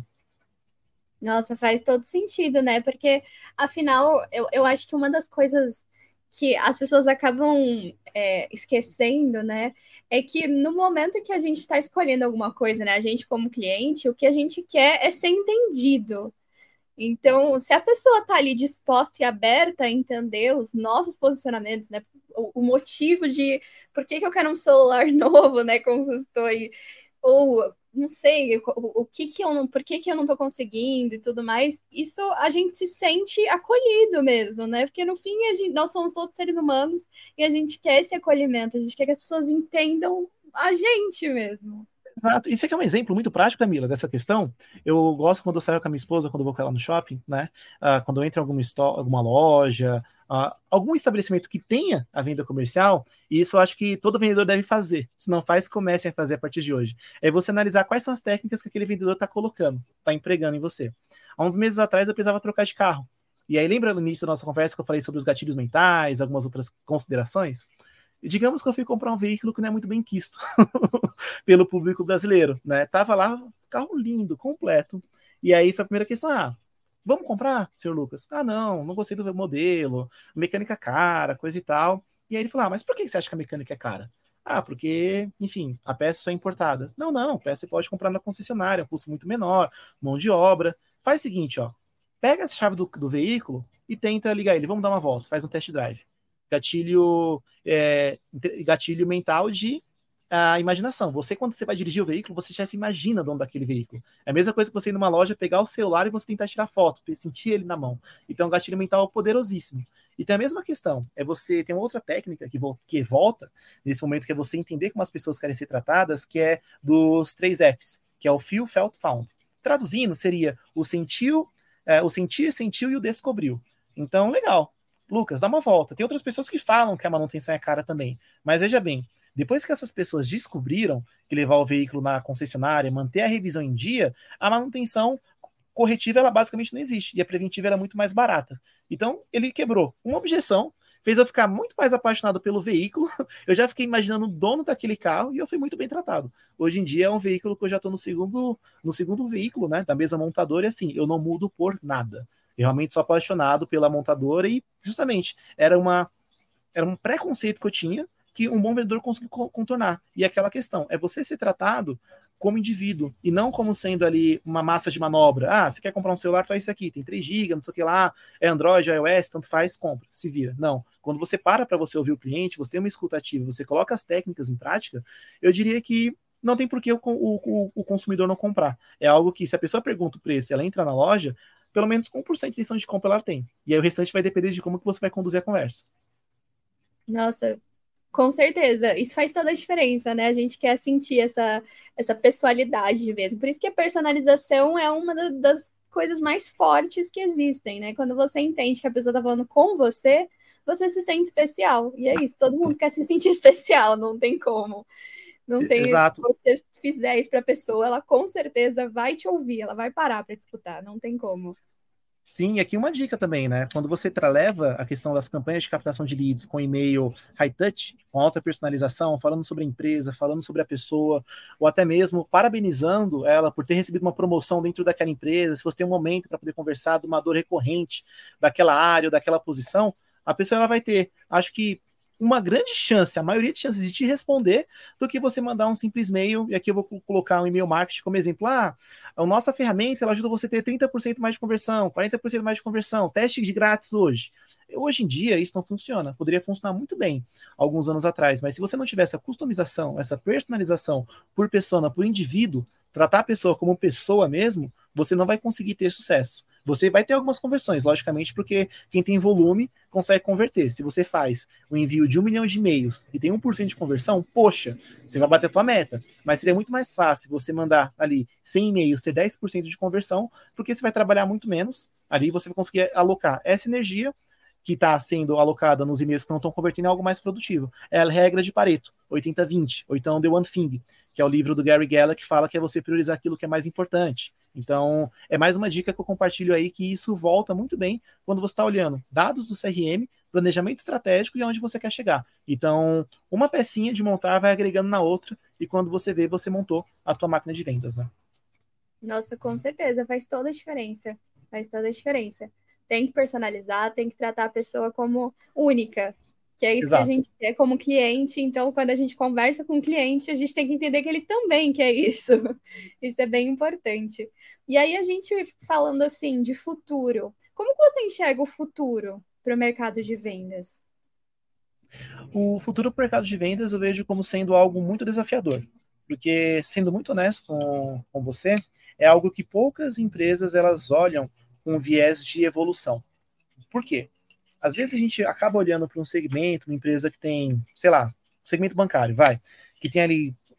Nossa, faz todo sentido, né? Porque, afinal, eu acho que uma das coisas que as pessoas acabam esquecendo, né? É que no momento que a gente está escolhendo alguma coisa, né? A gente, como cliente, o que a gente quer é ser entendido. Então, se a pessoa está ali disposta e aberta a entender os nossos posicionamentos, né? O motivo de por que eu quero um celular novo, né? Como você estou aí ou não sei o que que eu não, por que que eu não tô conseguindo e tudo mais, isso a gente se sente acolhido mesmo, né? Porque no fim nós somos todos seres humanos e a gente quer esse acolhimento, a gente quer que as pessoas entendam a gente mesmo. Exato. Isso aqui é um exemplo muito prático, Camila, dessa questão. Eu gosto quando eu saio com a minha esposa, quando eu vou com ela no shopping, né? Quando eu entro em alguma loja, algum estabelecimento que tenha a venda comercial, e isso eu acho que todo vendedor deve fazer. Se não faz, comecem a fazer a partir de hoje. É você analisar quais são as técnicas que aquele vendedor está colocando, está empregando em você. Há uns meses atrás eu precisava trocar de carro. E aí, lembra no início da nossa conversa que eu falei sobre os gatilhos mentais, algumas outras considerações? E digamos que eu fui comprar um veículo que não é muito bem quisto pelo público brasileiro, né? Tava lá, carro lindo, completo. E aí foi a primeira questão, vamos comprar, senhor Lucas? Não gostei do modelo, mecânica cara, coisa e tal. E aí ele falou, mas por que você acha que a mecânica é cara? Porque, enfim, a peça só é importada. Não, peça você pode comprar na concessionária, um custo muito menor, mão de obra. Faz o seguinte, pega essa chave do veículo e tenta ligar ele, vamos dar uma volta, faz um test drive. Gatilho mental de imaginação. Você, quando você vai dirigir o veículo, você já se imagina dono daquele veículo. É a mesma coisa que você ir numa loja, pegar o celular e você tentar tirar foto, sentir ele na mão. Então, o gatilho mental é poderosíssimo. E tem a mesma questão, você tem uma outra técnica que volta nesse momento, que é você entender como as pessoas querem ser tratadas, que é dos 3 Fs, que é o Feel, Felt, Found. Traduzindo, seria o sentiu, o sentir, sentiu e o descobriu. Então, legal. Lucas, dá uma volta. Tem outras pessoas que falam que a manutenção é cara também. Mas veja bem, depois que essas pessoas descobriram que levar o veículo na concessionária, manter a revisão em dia, a manutenção corretiva ela basicamente não existe. E a preventiva era muito mais barata. Então, ele quebrou uma objeção, fez eu ficar muito mais apaixonado pelo veículo. Eu já fiquei imaginando o dono daquele carro e eu fui muito bem tratado. Hoje em dia é um veículo que eu já estou no segundo veículo, né, da mesma montadora, e assim, eu não mudo por nada. Eu realmente sou apaixonado pela montadora e, justamente, era um preconceito que eu tinha que um bom vendedor conseguiu contornar. E aquela questão, é você ser tratado como indivíduo e não como sendo ali uma massa de manobra. Você quer comprar um celular, tá isso aqui, tem 3 GB, não sei o que lá, é Android, iOS, tanto faz, compra, se vira. Não. Quando você para você ouvir o cliente, você tem uma escuta ativa, você coloca as técnicas em prática, eu diria que não tem por que o consumidor não comprar. É algo que, se a pessoa pergunta o preço, ela entra na loja, pelo menos 1% de intenção de compra ela tem. E aí o restante vai depender de como que você vai conduzir a conversa. Nossa, com certeza. Isso faz toda a diferença, né? A gente quer sentir essa pessoalidade mesmo. Por isso que a personalização é uma das coisas mais fortes que existem, né? Quando você entende que a pessoa tá falando com você, você se sente especial. E é isso, todo mundo quer se sentir especial, não tem como. Não tem, se Exato. você fizer isso para a pessoa, ela com certeza vai te ouvir, ela vai parar para te escutar, não tem como. Sim, e aqui uma dica também, né? Quando você leva a questão das campanhas de captação de leads com e-mail high touch, com alta personalização, falando sobre a empresa, falando sobre a pessoa, ou até mesmo parabenizando ela por ter recebido uma promoção dentro daquela empresa, se você tem um momento para poder conversar de uma dor recorrente daquela área ou daquela posição, a pessoa ela vai ter, acho que, uma grande chance, a maioria de chances de te responder, do que você mandar um simples e-mail, e aqui eu vou colocar um e-mail marketing como exemplo. A nossa ferramenta ela ajuda você a ter 30% mais de conversão, 40% mais de conversão, teste de grátis hoje. Hoje em dia isso não funciona, poderia funcionar muito bem alguns anos atrás, mas se você não tiver essa customização, essa personalização por persona, por indivíduo, tratar a pessoa como pessoa mesmo, você não vai conseguir ter sucesso. Você vai ter algumas conversões, logicamente, porque quem tem volume consegue converter. Se você faz o envio de 1 milhão de e-mails e tem 1% de conversão, poxa, você vai bater a tua meta. Mas seria muito mais fácil você mandar ali 100 e-mails, ter 10% de conversão, porque você vai trabalhar muito menos. Ali você vai conseguir alocar essa energia que está sendo alocada nos e-mails que não estão convertendo em algo mais produtivo. É a regra de Pareto, 80-20, ou então The One Thing, que é o livro do Gary Geller, que fala que é você priorizar aquilo que é mais importante. Então, é mais uma dica que eu compartilho aí, que isso volta muito bem quando você está olhando dados do CRM, planejamento estratégico e onde você quer chegar. Então, uma pecinha de montar vai agregando na outra, e quando você vê, você montou a tua máquina de vendas, né? Nossa, com certeza, faz toda a diferença. Faz toda a diferença. Tem que personalizar, tem que tratar a pessoa como única, que é isso que a Exato. gente quer como cliente. Então, quando a gente conversa com o cliente, a gente tem que entender que ele também quer isso. Isso é bem importante. E aí, a gente falando assim de futuro, como que você enxerga o futuro para o mercado de vendas? O futuro do mercado de vendas eu vejo como sendo algo muito desafiador, porque, sendo muito honesto com você, é algo que poucas empresas elas olham com viés de evolução. Por quê? Às vezes a gente acaba olhando para um segmento, uma empresa que tem, sei lá, segmento bancário, vai, que tem ali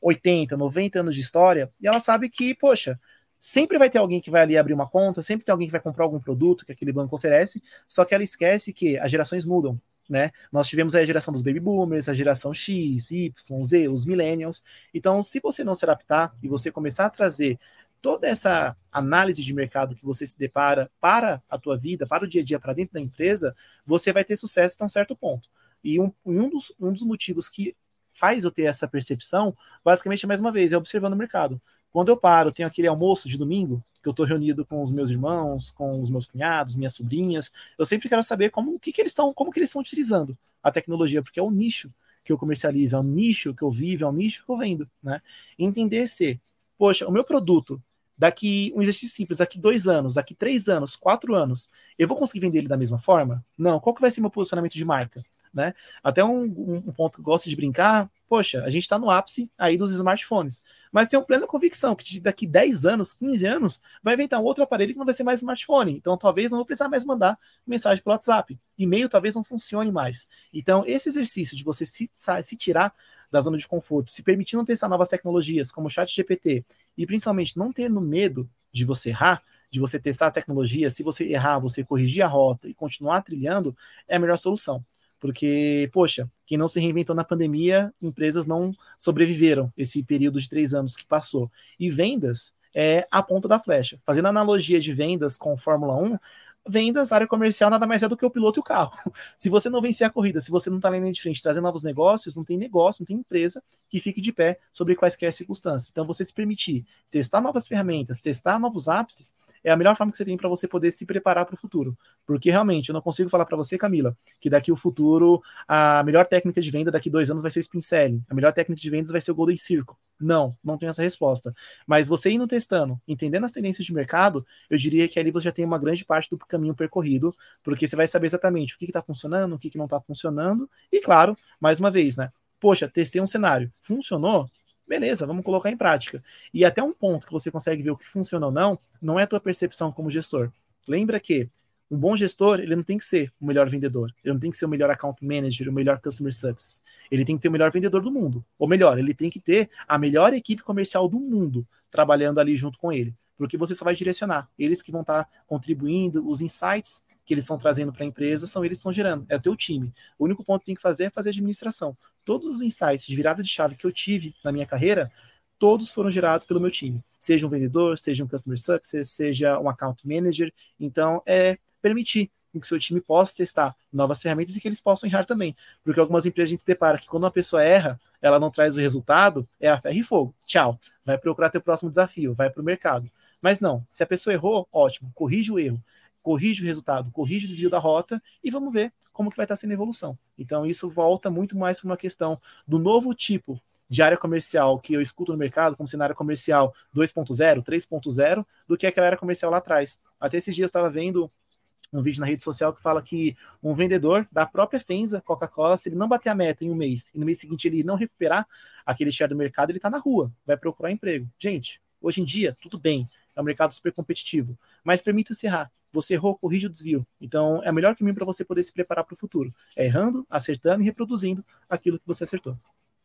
80, 90 anos de história, e ela sabe que, poxa, sempre vai ter alguém que vai ali abrir uma conta, sempre tem alguém que vai comprar algum produto que aquele banco oferece, só que ela esquece que as gerações mudam, né? Nós tivemos aí a geração dos baby boomers, a geração X, Y, Z, os millennials. Então, se você não se adaptar e você começar a trazer toda essa análise de mercado que você se depara para a tua vida, para o dia a dia, para dentro da empresa, você vai ter sucesso até um certo ponto. E um dos motivos que faz eu ter essa percepção, basicamente, mais uma vez, é observando o mercado. Quando eu paro, tenho aquele almoço de domingo, que eu estou reunido com os meus irmãos, com os meus cunhados, minhas sobrinhas, eu sempre quero saber como que eles estão utilizando a tecnologia, porque é o nicho que eu comercializo, é o nicho que eu vivo, é o nicho que eu vendo, né? Entender se, poxa, o meu produto, daqui um exercício simples, daqui 2 anos, daqui 3 anos, 4 anos, eu vou conseguir vender ele da mesma forma? Não. Qual que vai ser meu posicionamento de marca? Né? Até um ponto que eu gosto de brincar, poxa, a gente está no ápice aí dos smartphones, mas tenho plena convicção que daqui 10 anos, 15 anos, vai inventar um outro aparelho que não vai ser mais smartphone, então talvez não vou precisar mais mandar mensagem pelo WhatsApp, e-mail talvez não funcione mais. Então esse exercício de você se tirar da zona de conforto, se permitindo testar novas tecnologias como o ChatGPT, e principalmente não tendo medo de você errar, de você testar as tecnologias, se você errar, você corrigir a rota e continuar trilhando, é a melhor solução. Porque, poxa, quem não se reinventou na pandemia, empresas não sobreviveram esse período de 3 anos que passou. E vendas é a ponta da flecha. Fazendo analogia de vendas com Fórmula 1, vendas, área comercial, nada mais é do que o piloto e o carro. Se você não vencer a corrida, se você não está na linha de frente trazendo novos negócios, não tem negócio, não tem empresa que fique de pé sobre quaisquer circunstâncias. Então, você se permitir testar novas ferramentas, testar novos ápices, é a melhor forma que você tem para você poder se preparar para o futuro. Porque, realmente, eu não consigo falar para você, Camila, que daqui o futuro, a melhor técnica de venda daqui 2 anos vai ser o spin selling, a melhor técnica de vendas vai ser o Golden Circle. Não tenho essa resposta. Mas você indo testando, entendendo as tendências de mercado, eu diria que ali você já tem uma grande parte do caminho percorrido, porque você vai saber exatamente o que está funcionando, o que não está funcionando, e claro, mais uma vez, né? Poxa, testei um cenário, funcionou? Beleza, vamos colocar em prática. E até um ponto que você consegue ver o que funciona ou não é a tua percepção como gestor. Lembra que um bom gestor, ele não tem que ser o melhor vendedor, ele não tem que ser o melhor account manager, o melhor customer success. Ele tem que ter o melhor vendedor do mundo. Ou melhor, ele tem que ter a melhor equipe comercial do mundo trabalhando ali junto com ele. Porque você só vai direcionar. Eles que vão estar contribuindo, os insights que eles estão trazendo para a empresa são eles que estão gerando. É o teu time. O único ponto que tem que fazer é fazer administração. Todos os insights de virada de chave que eu tive na minha carreira, todos foram gerados pelo meu time. Seja um vendedor, seja um customer success, seja um account manager. Então, é permitir que o seu time possa testar novas ferramentas e que eles possam errar também. Porque algumas empresas a gente se depara que quando uma pessoa erra, ela não traz o resultado, é a ferro e fogo. Tchau. Vai procurar teu próximo desafio, vai para o mercado. Mas não, se a pessoa errou, ótimo, corrige o erro, corrige o resultado, corrige o desvio da rota e vamos ver como que vai estar sendo a evolução. Então isso volta muito mais para uma questão do novo tipo de área comercial que eu escuto no mercado, como sendo área comercial 2.0, 3.0, do que aquela área comercial lá atrás. Até esses dias eu estava vendo um vídeo na rede social que fala que um vendedor da própria Fenza, Coca-Cola, se ele não bater a meta em um mês e no mês seguinte ele não recuperar aquele share do mercado, ele está na rua, vai procurar emprego. Gente, hoje em dia, tudo bem, é um mercado super competitivo, mas permita-se errar. Você errou, corrige o desvio. Então, é o melhor caminho para você poder se preparar para o futuro. É errando, acertando e reproduzindo aquilo que você acertou.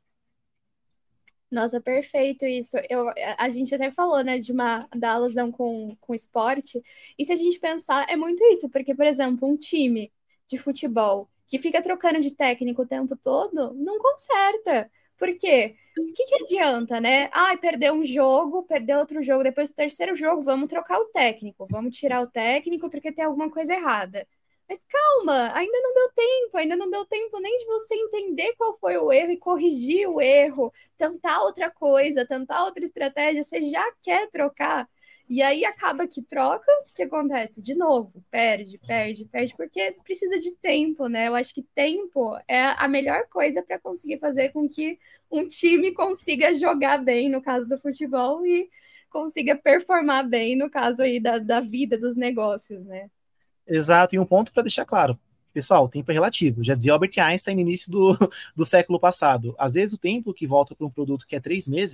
Nossa, perfeito isso. A gente até falou, né, da alusão com esporte. E se a gente pensar, é muito isso, porque, por exemplo, um time de futebol que fica trocando de técnico o tempo todo, não conserta. Por quê? O que adianta, né? Ai, perdeu um jogo, perdeu outro jogo, depois do terceiro jogo, vamos trocar o técnico, vamos tirar o técnico porque tem alguma coisa errada. Mas calma, ainda não deu tempo nem de você entender qual foi o erro e corrigir o erro, tentar outra coisa, tentar outra estratégia, você já quer trocar. E aí acaba que troca, o que acontece? De novo, perde, porque precisa de tempo, né? Eu acho que tempo é a melhor coisa para conseguir fazer com que um time consiga jogar bem, no caso do futebol, e consiga performar bem, no caso aí da vida, dos negócios, né? Exato, e um ponto para deixar claro. Pessoal, o tempo é relativo. Já dizia Albert Einstein no início do século passado. Às vezes o tempo que volta para um produto que é 3 meses,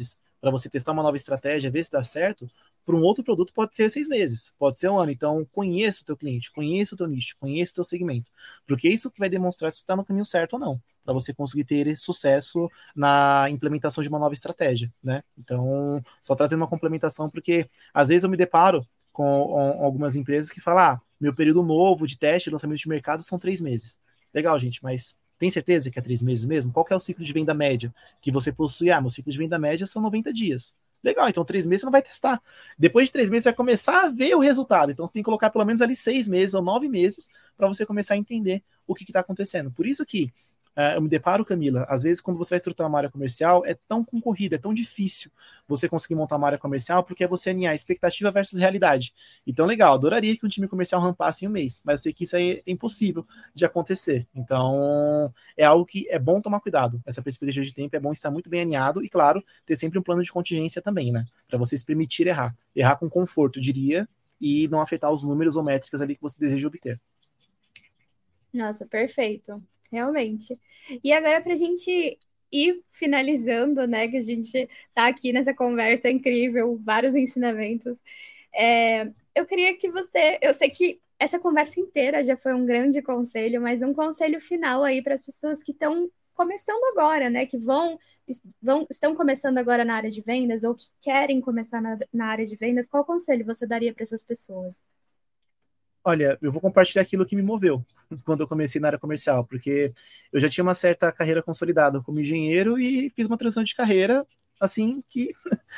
para você testar uma nova estratégia, ver se dá certo, para um outro produto pode ser 6 meses, pode ser um ano. Então, conheça o teu cliente, conheça o teu nicho, conheça o teu segmento, porque isso que vai demonstrar se está no caminho certo ou não, para você conseguir ter sucesso na implementação de uma nova estratégia, né? Então, só trazendo uma complementação, porque às vezes eu me deparo com algumas empresas que falam, meu período novo de teste, lançamento de mercado são 3 meses. Legal, gente, mas tem certeza que é 3 meses mesmo? Qual que é o ciclo de venda média que você possui? Meu ciclo de venda média são 90 dias. Legal, então 3 meses você não vai testar. Depois de 3 meses você vai começar a ver o resultado. Então você tem que colocar pelo menos ali 6 meses ou 9 meses para você começar a entender o que está acontecendo. Por isso que eu me deparo, Camila, às vezes quando você vai estruturar uma área comercial, é tão concorrida, é tão difícil você conseguir montar uma área comercial, porque é você alinhar expectativa versus realidade. Então, legal, adoraria que um time comercial rampasse em um mês, mas eu sei que isso aí é impossível de acontecer. Então, é algo que é bom tomar cuidado. Essa perspectiva de tempo é bom estar muito bem alinhado e, claro, ter sempre um plano de contingência também, né? Para você se permitir errar. Errar com conforto, diria, e não afetar os números ou métricas ali que você deseja obter. Nossa, perfeito. Realmente. E agora, para a gente ir finalizando, né? Que a gente tá aqui nessa conversa incrível, vários ensinamentos. Eu queria que você. Eu sei que essa conversa inteira já foi um grande conselho, mas um conselho final aí para as pessoas que estão começando agora, né? Que estão começando agora na área de vendas ou que querem começar na área de vendas. Qual conselho você daria para essas pessoas? Olha, eu vou compartilhar aquilo que me moveu quando eu comecei na área comercial, porque eu já tinha uma certa carreira consolidada como engenheiro e fiz uma transição de carreira, assim, que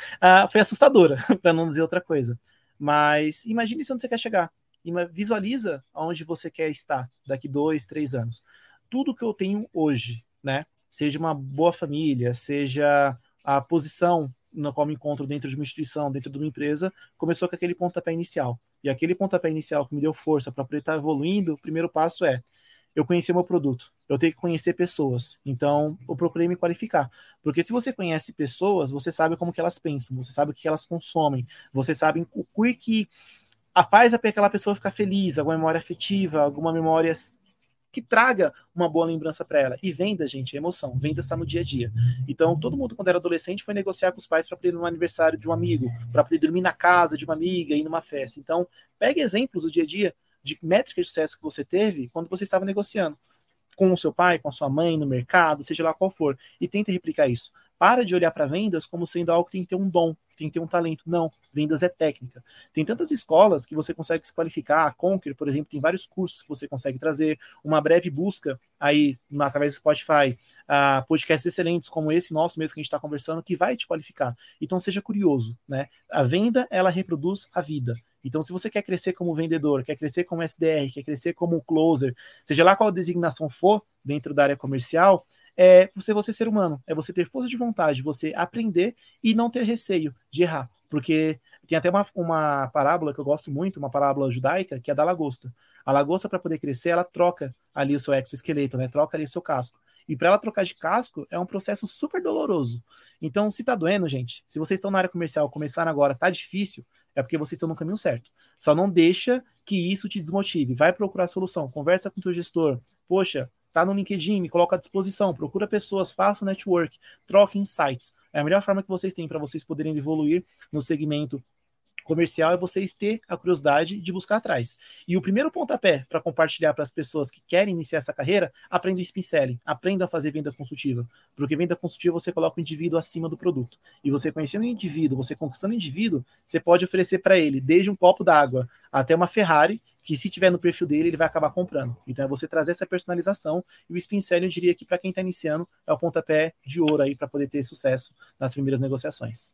foi assustadora, para não dizer outra coisa. Mas imagine onde você quer chegar. Visualiza aonde você quer estar daqui 2, 3 anos. Tudo que eu tenho hoje, né? Seja uma boa família, seja a posição na qual me encontro dentro de uma instituição, dentro de uma empresa, começou com aquele pontapé inicial. E aquele pontapé inicial que me deu força para poder estar evoluindo, o primeiro passo é eu conhecer meu produto, eu tenho que conhecer pessoas. Então, eu procurei me qualificar. Porque se você conhece pessoas, você sabe como que elas pensam, você sabe o que elas consomem, você sabe o que faz aquela pessoa ficar feliz, alguma memória afetiva, alguma memória que traga uma boa lembrança para ela. E venda, gente, é emoção. Venda está no dia a dia. Então, todo mundo, quando era adolescente, foi negociar com os pais para poder ir no aniversário de um amigo, para poder dormir na casa de uma amiga, ir numa festa. Então, pegue exemplos do dia a dia de métricas de sucesso que você teve quando você estava negociando com o seu pai, com a sua mãe, no mercado, seja lá qual for, e tenta replicar isso. Para de olhar para vendas como sendo algo que tem que ter um dom, tem que ter um talento. Não, vendas é técnica. Tem tantas escolas que você consegue se qualificar. A Conquer, por exemplo, tem vários cursos que você consegue trazer. Uma breve busca aí, através do Spotify, podcasts excelentes como esse nosso mesmo que a gente está conversando, que vai te qualificar. Então, seja curioso, né? A venda, ela reproduz a vida. Então, se você quer crescer como vendedor, quer crescer como SDR, quer crescer como closer, seja lá qual a designação for dentro da área comercial, é você ser humano, é você ter força de vontade, você aprender e não ter receio de errar. Porque tem até uma parábola que eu gosto muito, uma parábola judaica, que é da lagosta. A lagosta, para poder crescer, ela troca ali o seu exoesqueleto, né? Troca ali o seu casco. E para ela trocar de casco, é um processo super doloroso. Então, se tá doendo, gente, se vocês estão na área comercial, começaram agora, tá difícil, é porque vocês estão no caminho certo. Só não deixa que isso te desmotive. Vai procurar solução, conversa com o teu gestor. Poxa, tá no LinkedIn, me coloca à disposição, procura pessoas, faça network, troque insights. É a melhor forma que vocês têm para vocês poderem evoluir no segmento comercial é vocês ter a curiosidade de buscar atrás. E o primeiro pontapé para compartilhar para as pessoas que querem iniciar essa carreira, aprenda o spin selling, aprenda a fazer venda consultiva. Porque venda consultiva você coloca o indivíduo acima do produto. E você conhecendo o indivíduo, você conquistando o indivíduo, você pode oferecer para ele desde um copo d'água até uma Ferrari, que se tiver no perfil dele, ele vai acabar comprando. Então é você trazer essa personalização e o spin selling, eu diria que para quem está iniciando, é o pontapé de ouro aí para poder ter sucesso nas primeiras negociações.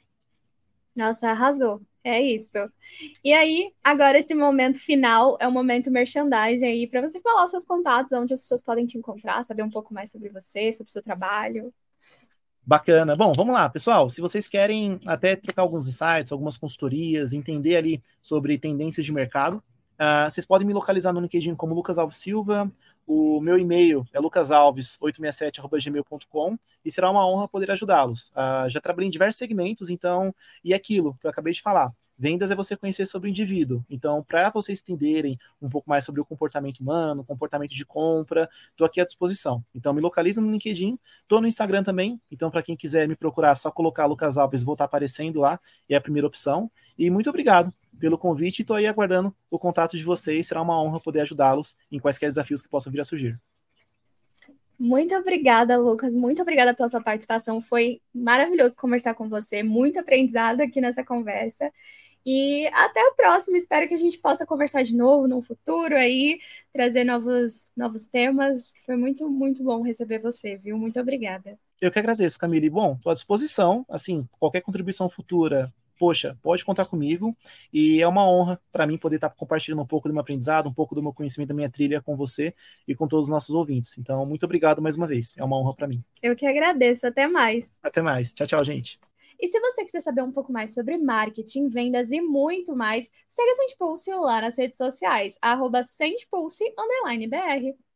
Nossa, arrasou. É isso. E aí, agora esse momento final é o momento merchandising aí, para você falar os seus contatos, onde as pessoas podem te encontrar, saber um pouco mais sobre você, sobre o seu trabalho. Bacana. Bom, vamos lá, pessoal. Se vocês querem até trocar alguns insights, algumas consultorias, entender ali sobre tendências de mercado, vocês podem me localizar no LinkedIn como Lucas Alves Silva. O meu e-mail é lucasalves867@gmail.com e será uma honra poder ajudá-los. Já trabalhei em diversos segmentos, então, e aquilo que eu acabei de falar. Vendas é você conhecer sobre o indivíduo. Então, para vocês entenderem um pouco mais sobre o comportamento humano, comportamento de compra, estou aqui à disposição. Então, me localiza no LinkedIn, estou no Instagram também. Então, para quem quiser me procurar, só colocar Lucas Alves, vou estar aparecendo lá, é a primeira opção. E muito obrigado pelo convite e estou aí aguardando o contato de vocês. Será uma honra poder ajudá-los em quaisquer desafios que possam vir a surgir. Muito obrigada, Lucas. Muito obrigada pela sua participação. Foi maravilhoso conversar com você. Muito aprendizado aqui nessa conversa. E até o próximo. Espero que a gente possa conversar de novo no futuro aí, trazer novos temas. Foi muito, muito bom receber você, viu? Muito obrigada. Eu que agradeço, Camille. Bom, estou à disposição. Assim, qualquer contribuição futura, poxa, pode contar comigo. E é uma honra para mim poder estar compartilhando um pouco do meu aprendizado, um pouco do meu conhecimento da minha trilha com você e com todos os nossos ouvintes. Então, muito obrigado mais uma vez. É uma honra para mim. Eu que agradeço. Até mais. Até mais. Tchau, tchau, gente. E se você quiser saber um pouco mais sobre marketing, vendas e muito mais, segue a Sente Pulse lá nas redes sociais, @SentePulse_BR.